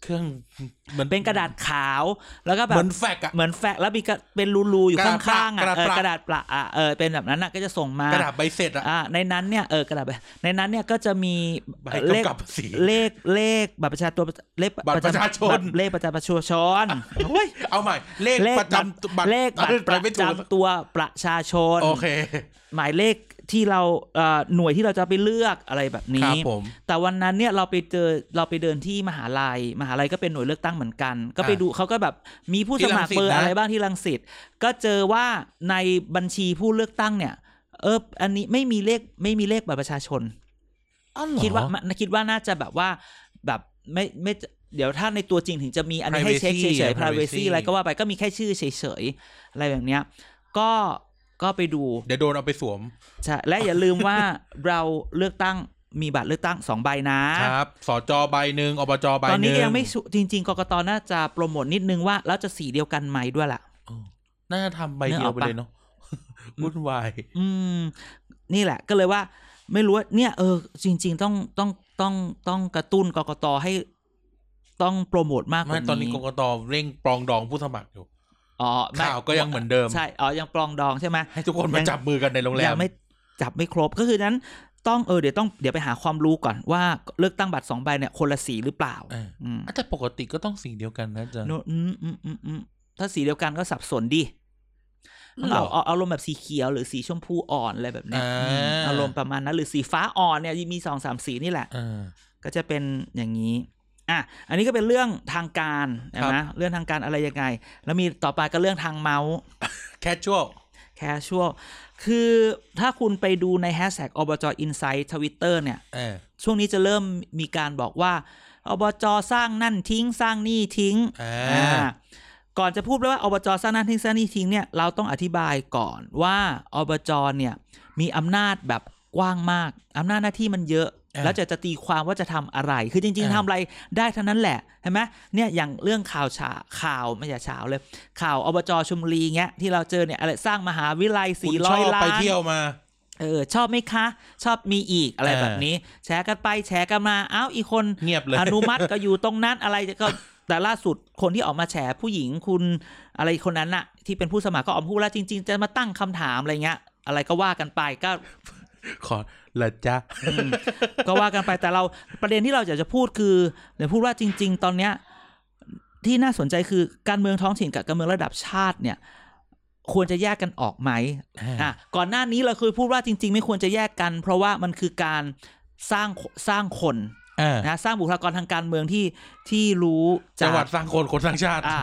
เครื่องมันเป็นกระดาษขาวแล้วก็แบบเหมือนแฟกอะเหมือนแฟกแล้วมีเป็นรูๆอยู่ข้างๆอ่ะกระดาษปะเป็นแบบนั้นน่ะก็จะส่งมากระดาษใบเสร็จอ่ะในนั้นเนี่ยกระดาษในนั้นเนี่ยก็จะมีเลขเลขบัตรประชาชนเลขประชาชนเอาใหม่เลขประจำบัตรเลขบัตรประจำตัวประชาชนโอเคหมายเลขที่เราหน่วยที่เราจะไปเลือกอะไรแบบนี้แต่วันนั้นเนี่ยเราไปเดินที่มหาลัยก็เป็นหน่วยเลือกตั้งเหมือนกันก็ไปดูเขาก็แบบมีผู้สมัครเบอร์อะไรบ้างที่รังสิตก็เจอว่าในบัญชีผู้เลือกตั้งเนี่ยอันนี้ไม่มีเลขบัตรประชาชนคิดว่าน่าจะแบบว่าแบบไม่เดี๋ยวถ้าในตัวจริงถึงจะมีอันนี้ให้เช็คเฉยๆ privacy อะไรก็ว่าไปก็มีแค่ชื่อเฉยๆอะไรแบบเนี้ยก็ไปดูเดี๋ยวโดนเอาไปสวมใช่และอย่าลืมว่าเราเลือกตั้งมีบัตรเลือกตั้ง2ใบนะครับสจใบนึงอบจใบนึงตอนนี้ยังไม่จริงๆกกต.น่าจะโปรโมทนิดนึงว่าแล้วจะสีเดียวกันไหมด้วยล่ะน่าจะทำใบเดียวไปเลยเนาะวุ่นวายนี่แหละก็เลยว่าไม่รู้ว่าเนี่ยจริงๆต้องกระตุ้นกกต.ให้ต้องโปรโมทมากกว่านี้ตอนนี้กกต.เร่งปรองดองผู้สมัครอยู่ข่าวก็ยังเหมือนเดิมใช่ยังปรองดองใช่ไหมให้ทุกคนมาจับมือกันในโรงแรมยังไม่จับไม่ครบก็คือนั้นต้องเดี๋ยวไปหาความรู้ก่อนว่าเลือกตั้งบัตร2ใบเนี่ยคนละสีหรือเปล่าแต่ปกติก็ต้องสีเดียวกันนะจ๊ะถ้าสีเดียวกันก็สับสนดิเอาอารมณ์แบบสีเขียวหรือสีชมพูอ่อนอะไรแบบนี้อารมณ์ประมาณนั้นหรือสีฟ้าอ่อนเนี่ยมี 2-3 สีนี่แหละก็จะเป็นอย่างนี้อันนี้ก็เป็นเรื่องทางการนะเรื่องทางการอะไรยังไงแล้วมีต่อไปก็เรื่องทางเมาส์casual คือถ้าคุณไปดูใน #obj_insight Twitter เนี่ยช่วงนี้จะเริ่มมีการบอกว่าอบจ.สร้างนั่นทิ้งสร้างนี่ทิ้งก่อนจะพูดว่าอบจ.สร้างนั่นทิ้งสร้างนี่ทิ้งเนี่ยเราต้องอธิบายก่อนว่าอบจ.เนี่ยมีอำนาจแบบกว้างมากอำนาจหน้าที่มันเยอะแล้วจะตีความว่าจะทำอะไรคือจริงๆทำอะไรได้ทั้งนั้นแหละเห็นไหมเนี่ยอย่างเรื่องข่าวไม่ใช่เช้าเลยข่าวอบจ.ชลบุรีเงี้ยที่เราเจอเนี่ยอะไรสร้างมหาวิทยาลัย400 ล้านไปเที่ยวมาชอบไหมคะชอบมีอีกอะไรแบบนี้แชร์กันไปแชร์กันมาอีกคนเงียบเลยอนุมัติก็อยู่ตรงนั้นอะไรก็แต่ล่าสุดคนที่ออกมาแฉผู้หญิงคุณอะไรคนนั้นน่ะที่เป็นผู้สมัครก็ออกมาพูดแล้วจริงๆจะมาตั้งคำถามอะไรเงี้ยอะไรก็ว่ากันไปก็ขอละจ้ะก็ว่ากันไปแต่เราประเด็นที่เราอยากจะพูดคือเดี๋ยวพูดว่าจริงๆตอนเนี้ยที่น่าสนใจคือการเมืองท้องถิ่นกับการเมืองระดับชาติเนี่ยควรจะแยกกันออกไหมก่อนหน้านี้เราเคยพูดว่าจริงๆไม่ควรจะแยกกันเพราะว่ามันคือการสร้างคนนะสร้างบุคลากรทางการเมืองที่รู้จังหวัดสร้างคนสร้างชาติ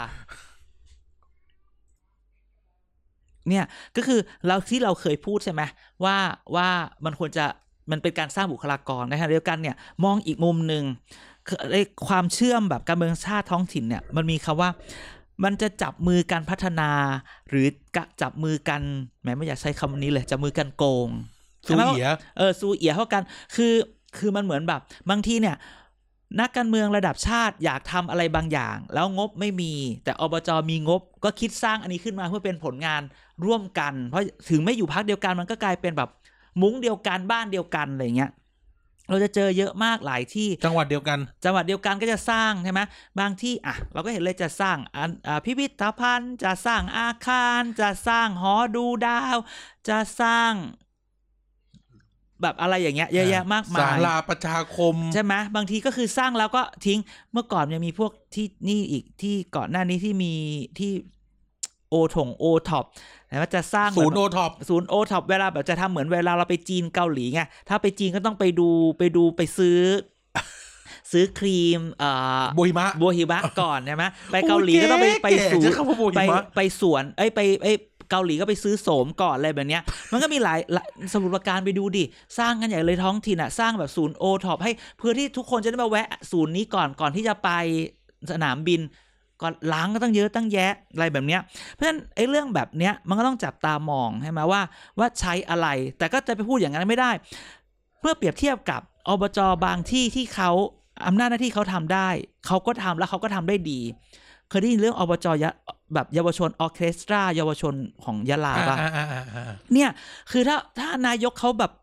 เนี่ยก็คือที่เราเคยพูดใช่ไหมว่ามันเป็นการสร้างบุคลากรในขณะเดียวกันเนี่ยมองอีกมุมนึงความเชื่อมแบบการเมืองชาติท้องถิ่นเนี่ยมันมีคำว่ามันจะจับมือกันพัฒนาหรือจับมือกันแม้ไม่อยากใช้คำนี้เลยจับมือกันโกงซูเอียซูเอียเท่ากันคือมันเหมือนแบบบางทีเนี่ยนักการเมืองระดับชาติอยากทำอะไรบางอย่างแล้วงบไม่มีแต่อบจ.มีงบก็คิดสร้างอันนี้ขึ้นมาเพื่อเป็นผลงานร่วมกันเพราะถึงไม่อยู่พรรคเดียวกันมันก็กลายเป็นแบบมุ้งเดียวกันบ้านเดียวกันอะไรเงี้ยเราจะเจอเยอะมากหลายที่จังหวัดเดียวกันก็จะสร้างใช่ไหมบางที่เราก็เห็นเลยจะสร้างพิพิธภัณฑ์จะสร้างอาคารจะสร้างหอดูดาวจะสร้างแบบอะไรอย่างเงี้ยเยอะแยะมากมายศาลาประชาคมใช่ไหมบางทีก็คือสร้างแล้วก็ทิ้งเมื่อก่อนยังมีพวกที่นี่อีกที่ก่อนหน้านี้ที่มีที่โอท็อปแต่ว่าจะสร้างศูนย์โอท็อปเวลาแบบจะทำเหมือนเวลาเราไปจีนเกาหลีไงถ้าไปจีนก็ต้องไปซื้อครีมโบฮิมะก่อนใช่ไหมไปเกาหลีก็ต้องไปสวนเกาหลีก็ไปซื้อโสมก่อนอะไรแบบเนี้ยมันก็มีหลายสมุทรปราการไปดูดิสร้างกันใหญ่เลยท้องถิ่นสร้างแบบศูนย์โอท็อปให้เพื่อที่ทุกคนจะได้มาแวะศูนย์นี้ก่อนที่จะไปสนามบินก่อนล้างก็ตั้งเยอะตั้งแยะอะไรแบบเนี้ยเพราะฉะนั้นไอ้เรื่องแบบเนี้ยมันก็ต้องจับตามองใช่ไหมว่าใช้อะไรแต่ก็จะไปพูดอย่างนั้นไม่ได้เพื่อเปรียบเทียบกับอบจ.บางที่เขาอำนาจหน้าที่เขาทำได้เขาก็ทำแล้วเขาก็ทำได้ดีเคยได้ยินเรื่องอบจ.แบบเยาวชนออร์เคสตราเยาวชนของยะลาป่ะเนี่ยคือถ้านายกเขาแบบ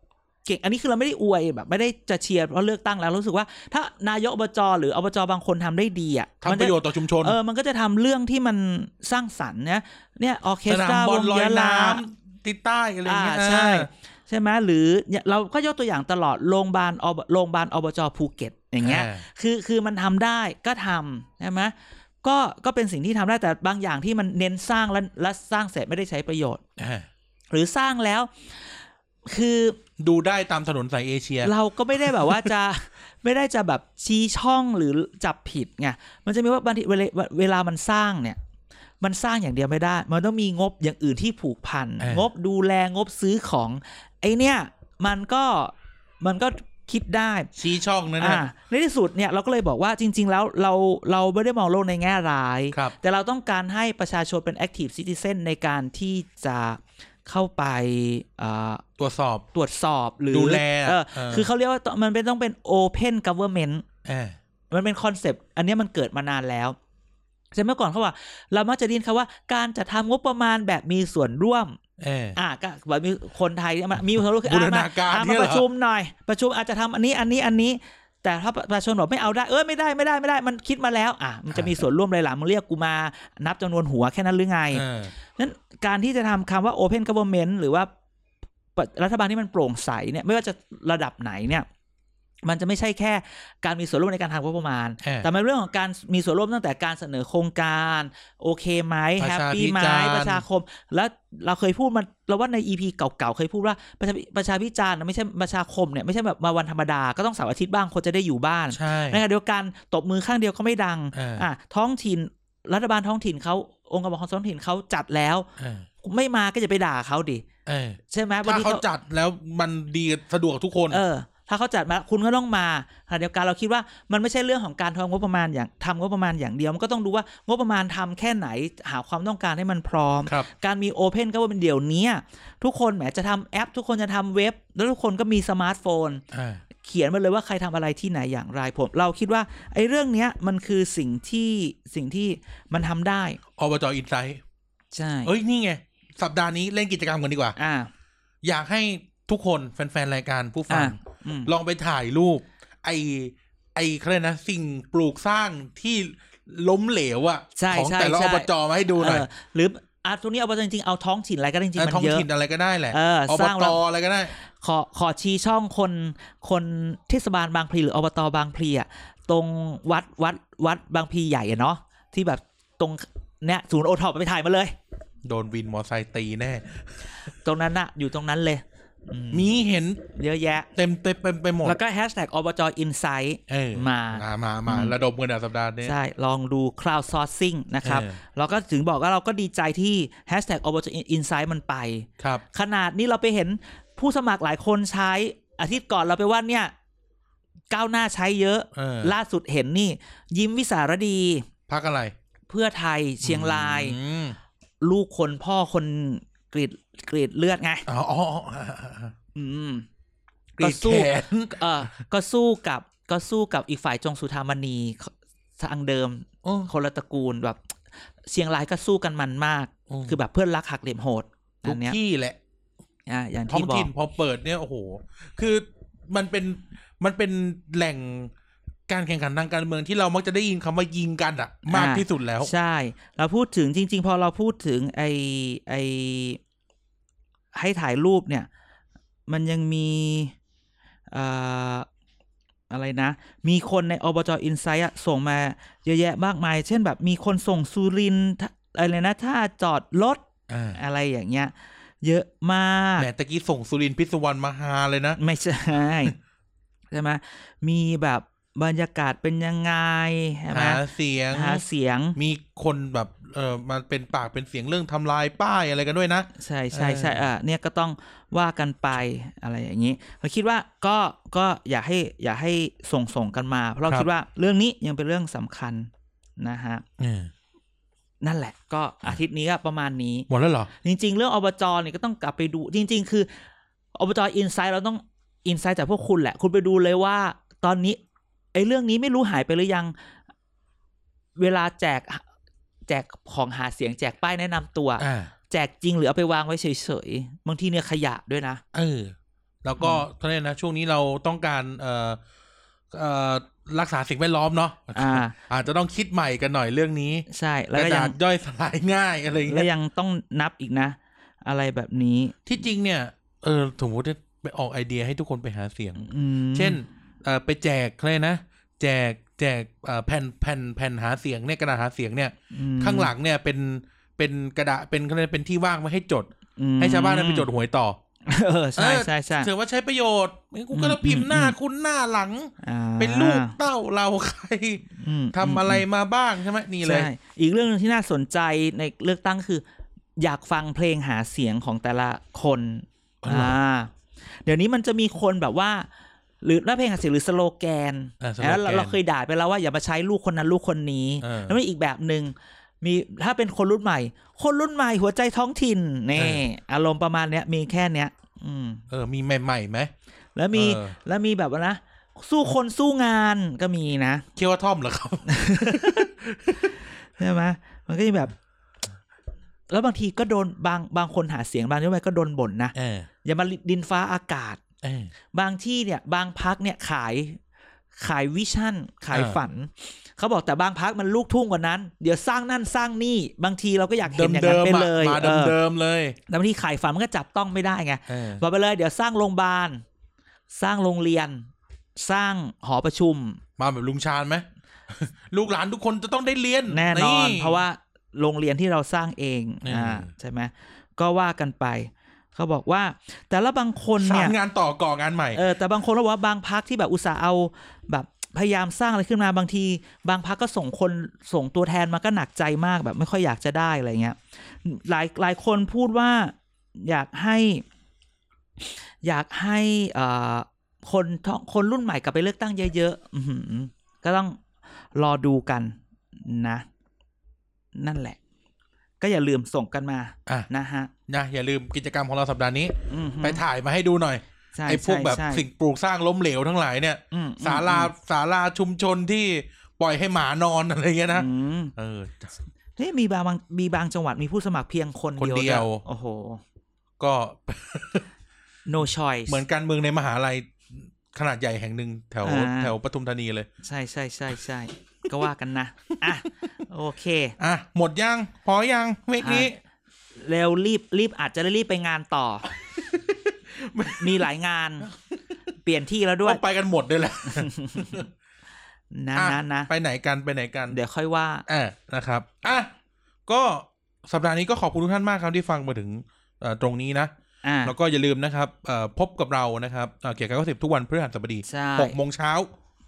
เก่งอันนี้คือเราไม่ได้อวยแบบไม่ได้จะเชียร์เพราะเลือกตั้งแล้วรู้สึกว่าถ้านายกอบจหรืออบจบางคนทำได้ดีอ่ะทำประโยชน์ต่อชุมชนมันก็จะทำเรื่องที่มันสร้างสรรค์เนี่ยออเคสตราวงยะลาติดใต้อะไรเงี้ยใช่ไหมหรือเราก็ยกตัวอย่างตลอดโรงพยาบาลอบจภูเก็ตอย่างเงี้ยคือมันทำได้ก็ทำใช่ไหมก็เป็นสิ่งที่ทำได้แต่บางอย่างที่มันเน้นสร้างและสร้างเสร็จไม่ได้ใช้ประโยชน์หรือสร้างแล้วคือดูได้ตามถนนสายเอเชียเราก็ไม่ได้แบบว่าจะไม่ได้จะแบบชี้ช่องหรือจับผิดไงมันจะมีว่าบางทีเวลามันสร้างเนี่ยมันสร้างอย่างเดียวไม่ได้มันต้องมีงบอย่างอื่นที่ผูกพันงบดูแลงบซื้อของไอเนี่ยมันก็คิดได้ชี้ช่องนั่นนะในที่สุดเนี่ยเราก็เลยบอกว่าจริงๆแล้วเราไม่ได้มองโลกในแง่ร้ายแต่เราต้องการให้ประชาชนเป็น active citizen ในการที่จะเข้าไปตรวจสอบหรือดูแลคือเขาเรียกว่ามันต้องเป็น open government มันเป็นคอนเซปต์อันนี้มันเกิดมานานแล้วใช่เมื่อก่อนเขาว่าเรามักจะได้ยินคำว่าการจะทำงบประมาณแบบมีส่วนร่วมก็แบบมีคนไทยมีส่วนร่วมคือมาประชุมหน่อยประชุมอาจจะทำอันนี้แต่ถ้าประชาชนบอกไม่เอาได้ไม่ได้มันคิดมาแล้วมันจะมีส่วนร่วมอะไรหล่ะมึงเรียกกูมานับจำนวนหัวแค่นั้นหรือไงนั้นการที่จะทำคำว่า open government หรือว่ารัฐบาลที่มันโปร่งใสเนี่ยไม่ว่าจะระดับไหนเนี่ยมันจะไม่ใช่แค่การมีส่วนร่วมในการทำงบประมาณแต่เป็นเรื่องของการมีส่วนร่วมตั้งแต่การเสนอโครงการโอเคไหมแฮปปี้ไหมประชาคมแล้วเราเคยพูดมันเราว่าใน EP เก่าๆเคยพูดว่าประชาพิจารณ์ไม่ใช่ประชาคมเนี่ยไม่ใช่แบบมาวันธรรมดาก็ต้องเสาร์อาทิตย์บ้างคนจะได้อยู่บ้านในขณะเดียวกันตบมือข้างเดียวก็ไม่ดังท้องถิ่นรัฐบาลท้องถิ่นเขาองค์กรปกครองท้องถิ่นเขาจัดแล้วไม่มาก็จะไปด่าเขาดิใช่ไหมถ้าเขาจัดแล้วมันดีสะดวกทุกคนถ้าเขาจัดมาคุณก็ต้องมาขณะเดียวกันเราคิดว่ามันไม่ใช่เรื่องของการทำงบประมาณอย่างเดียวมันก็ต้องดูว่างบประมาณทำแค่ไหนหาความต้องการให้มันพร้อมการมีโอเพนก็ว่าเป็นเดี๋ยวนี้ทุกคนแหมจะทำแอปทุกคนจะทำเว็บแล้วทุกคนก็มีสมาร์ทโฟนเขียนมาเลยว่าใครทำอะไรที่ไหนอย่างไรเราคิดว่าไอ้เรื่องนี้มันคือสิ่งที่มันทำได้อบจ.อินไซต์ใช่นี่ไงสัปดาห์นี้เล่นกิจกรรมกันดีกว่าอยากให้ทุกคนแฟนๆรายการผู้ฟังลองไปถ่ายรูปไอเขาเรียกนะสิ่งปลูกสร้างที่ล้มเหลวของแต่ละอบจ.มาให้ดูหน่อยหรือตรงนี้อบจ.จริงๆเอาท้องถิ่นอะไรก็ได้จริงๆมันเยอะท้องถิ่นอะไรก็ได้แหละอบต.อะไรก็ได้ขอชี้ช่องคนเทศบาลบางพลีหรืออบต.บางพลีตรงวัดบางพลีใหญ่เนาะที่แบบตรงเนี้ยศูนย์โอท็อปไปถ่ายมาเลยโดนวินมอไซค์ตีแน่ตรงนั้นอยู่ตรงนั้นเลยมีเห็นเยอะแยะเต็มไปหมดแล้วก็แฮชแท็กอบจ.อินไซต์มาระดมกันสัปดาห์นี้ใช่ลองดู crowd sourcing นะครับเราก็ถึงบอกว่าเราก็ดีใจที่แฮชแท็กอบจ.อินไซต์มันไปขนาดนี้เราไปเห็นผู้สมัครหลายคนใช้อาทิตย์ก่อนเราไปว่าเนี่ยก้าวหน้าใช้เยอะล่าสุดเห็นนี่ยิ้มวิสารดีพรรคอะไรเพื่อไทยเชียงรายลูกคนพ่อคนกรีดเลือดไงก็สู้กับอีกฝ่ายจงสุธามณีทางเดิมคนละตระกูลแบบเชียงรายก็สู้กันมันมากคือแบบเพื่อนรักหักเหลี่ยมโหดทุกที่แหละอย่างท้องถิ่นพอเปิดเนี่ยโอ้โหคือมันเป็นแหล่งการแข่งขันทางการเมืองที่เรามักจะได้ยินคำว่ายิงกันมากที่สุดแล้วใช่เราพูดถึงจริงๆพอเราพูดถึงไอให้ถ่ายรูปเนี่ยมันยังมีอะไรนะมีคนในอบจ.อินไซต์ส่งมาเยอะแยะมากมายเช่นแบบมีคนส่งสุรินทร์อะไรนะถ้าจอดรถอะไรอย่างเงี้ยเยอะมากแหมตะกี้ส่งสุรินทร์พิศวรรณมาหาเลยนะไม่ใช่ไหมมีแบบบรรยากาศเป็นยังไงหาเสียงมีคนแบบมันเป็นปากเป็นเสียงเรื่องทำลายป้ายอะไรกันด้วยนะใช่เนี่ยก็ต้องว่ากันไปอะไรอย่างนี้เราคิดว่าก็อยากให้ส่งกันมาเพราะเราคิดว่าเรื่องนี้ยังเป็นเรื่องสำคัญนะฮะนั่นแหละก็อาทิตย์นี้ก็ประมาณนี้หมดแล้วเหรอจริงๆเรื่องอบจ.เนี่ยก็ต้องกลับไปดูจริงๆคืออบจ.อินไซต์เราต้องอินไซต์จากพวกคุณแหละคุณไปดูเลยว่าตอนนี้ไอ้เรื่องนี้ไม่รู้หายไปหรือยังเวลาแจกของหาเสียงแจกป้ายแนะนำตัวแจกจริงหรือเอาไปวางไว้เฉยๆบางทีเนี่ยขยะด้วยนะแล้วก็เท่านั้นนะช่วงนี้เราต้องการรักษาสิ่งแวดล้อมเนาะอาจจะต้องคิดใหม่กันหน่อยเรื่องนี้ใช่แล้วก็ยังย่อยสลายง่ายอะไรอย่างเงี้ยแล้วยังต้องนับอีกนะอะไรแบบนี้ที่จริงเนี่ยสมมติไปออกไอเดียให้ทุกคนไปหาเสียงเช่นไปแจกเลยนะแจกแผ่นหาเสียงเนี่ยกระดาษหาเสียงเนี่ยข้างหลังเนี่ยเป็นกระดาษเป็นที่ว่างไว้ให้จดให้ชาวบ้านนั้นไปจดหวยต่อใช่ใช่ใช่ถือว่าใช้ประโยชน์กูก็พิมพ์หน้าคุณหน้าหลังเป็นลูกเต้าเราใครทำอะไรมาบ้างใช่ไหมนี่เลยอีกเรื่องนึงที่น่าสนใจในเลือกตั้งคืออยากฟังเพลงหาเสียงของแต่ละคนเดี๋ยวนี้มันจะมีคนแบบว่าหรือเพลงหาเสียงหรือสโลแกนเราเคยด่าไปแล้วว่าอย่ามาใช้ลูกคนนั้นลูกคนนี้แล้วมีอีกแบบนึงมีถ้าเป็นคนรุ่นใหม่หัวใจท้องถิ่นนี่อารมณ์ประมาณเนี้ยมีแค่เนี้ยมีใหม่ๆไหมแล้วมีแบบว่านะสู้คนสู้งานก็มีนะเคี่ยวท่อมเหรอครับใช่ไหมมันก็จะแบบแล้วบางทีก็โดนบางคนหาเสียงบางที่ไปก็โดนบ่นนะอย่ามาดินฟ้าอากาศบางที่เนี่ยบางพักเนี่ยขายวิชั่นขายฝันเขาบอกแต่บางพักมันลูกทุ่งกว่านั้นเดี๋ยวสร้างนั่นสร้างนี่บางทีเราก็อยากเห็นอย่างนั้นไปเลยมาเดิมเลยแต่บางทีขายฝันมันก็จับต้องไม่ได้ไงบอกไปเลยเดี๋ยวสร้างโรงพยาบาลสร้างโรงเรียนสร้างหอประชุมมาแบบลุงชาญไหม ลูกหลานทุกคนจะต้องได้เรียนแน่นอนเพราะว่าโรงเรียนที่เราสร้างเองใช่ไหมก็ว่ากันไปเขาบอกว่าแต่ละบางคนเนี่ยงานต่อก่องานใหม่แต่บางคนเราว่าบางพักที่แบบอุตส่าห์เอาแบบพยายามสร้างอะไรขึ้นมาบางทีบางพักก็ส่งตัวแทนมาก็หนักใจมากแบบไม่ค่อยอยากจะได้อะไรเงี้ยหลายคนพูดว่าอยากให้คนรุ่นใหม่กลับไปเลือกตั้งเยอะๆก็ต้องรอดูกันนะนั่นแหละก็อย่าลืมส่งกันมานะฮะอย่าลืมกิจกรรมของเราสัปดาห์นี้ไปถ่ายมาให้ดูหน่อยไอ้พวกแบบสิ่งปลูกสร้างล้มเหลวทั้งหลายเนี่ยศาลาชุมชนที่ปล่อยให้หมานอนอะไรเงี้ยนะนี่มีบางจังหวัดมีผู้สมัครเพียงคนเดียวโอ้โหก็ no choice เหมือนการเมืองในมหาลัยขนาดใหญ่แห่งหนึ่งแถวปทุมธานีเลยใช่ก็ว่ากันนะโอเคหมดยังพอยังเวกนี้เร็วรีบอาจจะรีบไปงานต่อ มีหลายงานเปลี่ยนที่แล้วด้วยไปกันหมดด้วยแหละนะไปไหนกันเดี๋ยวค่อยว่านะครับก็สัปดาห์นี้ก็ขอบคุณทุกท่านมากครับที่ฟังมาถึงตรงนี้นะแล้วก็อย่าลืมนะครับพบกับเรานะครับเกี่ยวกับ10ทุกวันพฤหัสบดี 6 โมงเช้า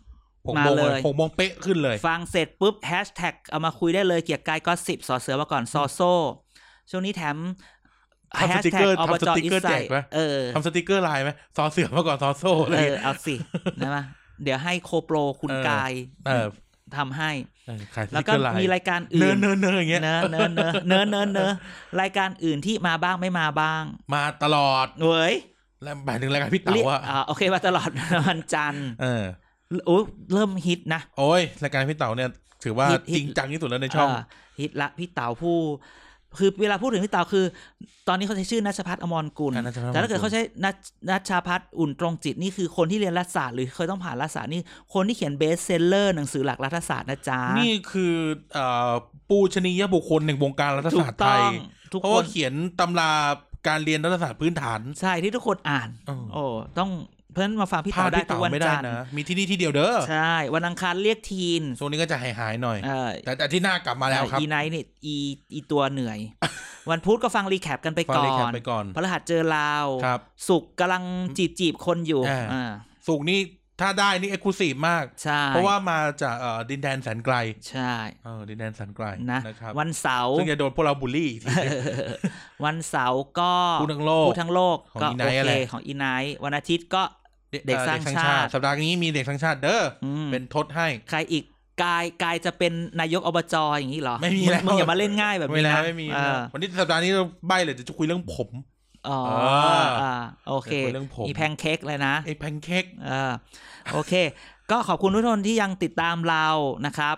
6 โมงเลย6 โมงเป๊ะขึ้นเลยฟังเสร็จปุ๊บแฮชแท็กเอามาคุยได้เลยเกี่ยวกับกายก็10สอเสือมาก่อนซอโซ่ช่วงนี้แถมทำสติกเกอร์แจกไหมทำสติกเกอร์ไลน์ไหมซอเสือมาก่อนซอโซ่เลยเอาสินะมั้ยเดี๋ยวให้โคโปรคุณกายทำให้แล้วก็มีรายการอื่นเนอย่างเงี้ยเนรายการอื่นที่มาบ้างไม่มาบ้างมาตลอดเว้ยแล้วหมายถึงรายการพี่เต๋าโอเคมาตลอดวันจันทร์เริ่มฮิตนะโอ้ยรายการพี่เต๋าเนี่ยถือว่าจริงจังที่สุดแล้วในช่องฮิตละพี่เต๋าคือเวลาพูดถึงพี่เต๋าคือตอนนี้เขาใช้ชื่อณัชภัทร อมรกุลแต่ถ้าเกิดเขาใช้ณัชภัทร อุ่นตรงจิตนี่คือคนที่เรียนรัฐศาสตร์หรือเคยต้องผ่านรัฐศาสตร์นี่คนที่เขียนเบสเซลเลอร์หนังสือหลักรัฐศาสตร์นะจ๊ะนี่คือปูชนียบุคคลแห่งวงการรัฐศาสตร์ไทยเพราะว่าเขียนตำราการเรียนรัฐศาสตร์พื้นฐานใช่ที่ทุกคนอ่านต้องเพื่อนมาฟังพี่เต๋าได้ทุกวันจันทร์มีที่นี่ที่เดียวเด้อใช่วันอังคารเรียกทีนโซนนี้ก็จะหายหน่อยแต่ที่หน้ากลับมาแล้วครับอีไนท์นี่อีตัวเหนื่อยวันพุธก็ฟังรีแคปกันไปก่อนพฤหัสเจอลาวศุกร์กำลังจีบคนอยู่ศุกร์นี่ถ้าได้นี่เอ็กซ์คลูซีฟมากเพราะว่ามาจากดินแดนแสนไกลใช่ดินแดนแสนไกลนะครับวันเสาร์ซึ่งจะโดนพวกเราบูลลี่วันเสาร์ก็ผู้ทั้งโลกก็โอเคของอีไนท์วันอาทิตย์ก็เด็กสร้างชาติสัปดาห์นี้มีเด็กสร้างชาติเด้อเป็นทดให้ใครอีกกายจะเป็นนายกอบจอย่างนี้เหรอไม่มีแล้วมึงอย่ามาเล่นง่ายแบบนี้นะไม่มีวันนี้สัปดาห์นี้เราใบ้เลยจะคุยเรื่องผมโอเคมีแพนเค้กเลยนะไอ้แพนเค้กโอเคก็ขอบคุณทุกคนที่ยังติดตามเรานะครับ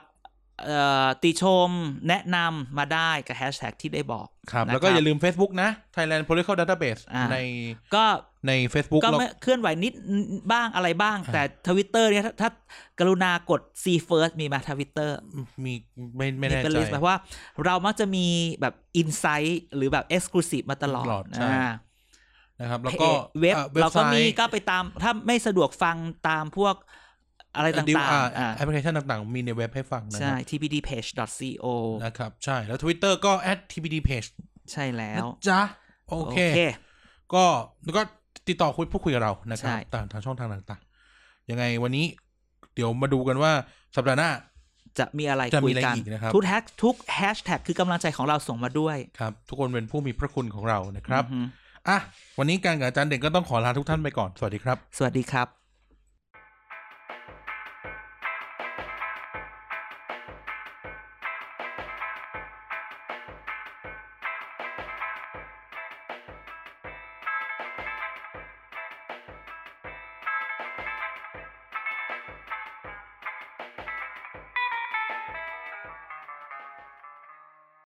ติชมแนะนำมาได้กับแฮชแท็กที่ได้บอกครับแล้วก็อย่าลืม Facebook นะ Thailand Political Database ใน Facebook ก็เคลื่อนไหวนิดบ้างอะไรบ้างแต่ Twitter เนี่ยถ้ากรุณากด See First มีมา Twitter มีไม่แน่ใจเป็นลิสต์หมายว่าเรามักจะมีแบบ Insight หรือแบบ Exclusive มาตลอดนะครับแล้วก็เว็บเราก็มีก็ไปตามถ้าไม่สะดวกฟังตามพวกอะไรต่างๆแอปพลิเคชันต่างๆมีในเว็บให้ฟังนะใช่ tpdpage.co นะครับใช่แล้ว Twitter ก็ @tpdpage ใช่แล้วจ้ะโอเคก็แล้วก็ติดต่อพูดคุยกับเรานะครับทางช่องทางต่างๆยังไงวันนี้เดี๋ยวมาดูกันว่าสัปดาห์หน้าจะมีอะไรคุยกันทุกแฮชแท็กคือกำลังใจของเราส่งมาด้วยครับทุกคนเป็นผู้มีพระคุณของเรานะครับวันนี้การกับอาจารย์เด่นก็ต้องขอลาทุกท่านไปก่อนสวัสดีครับสวัสดีครับ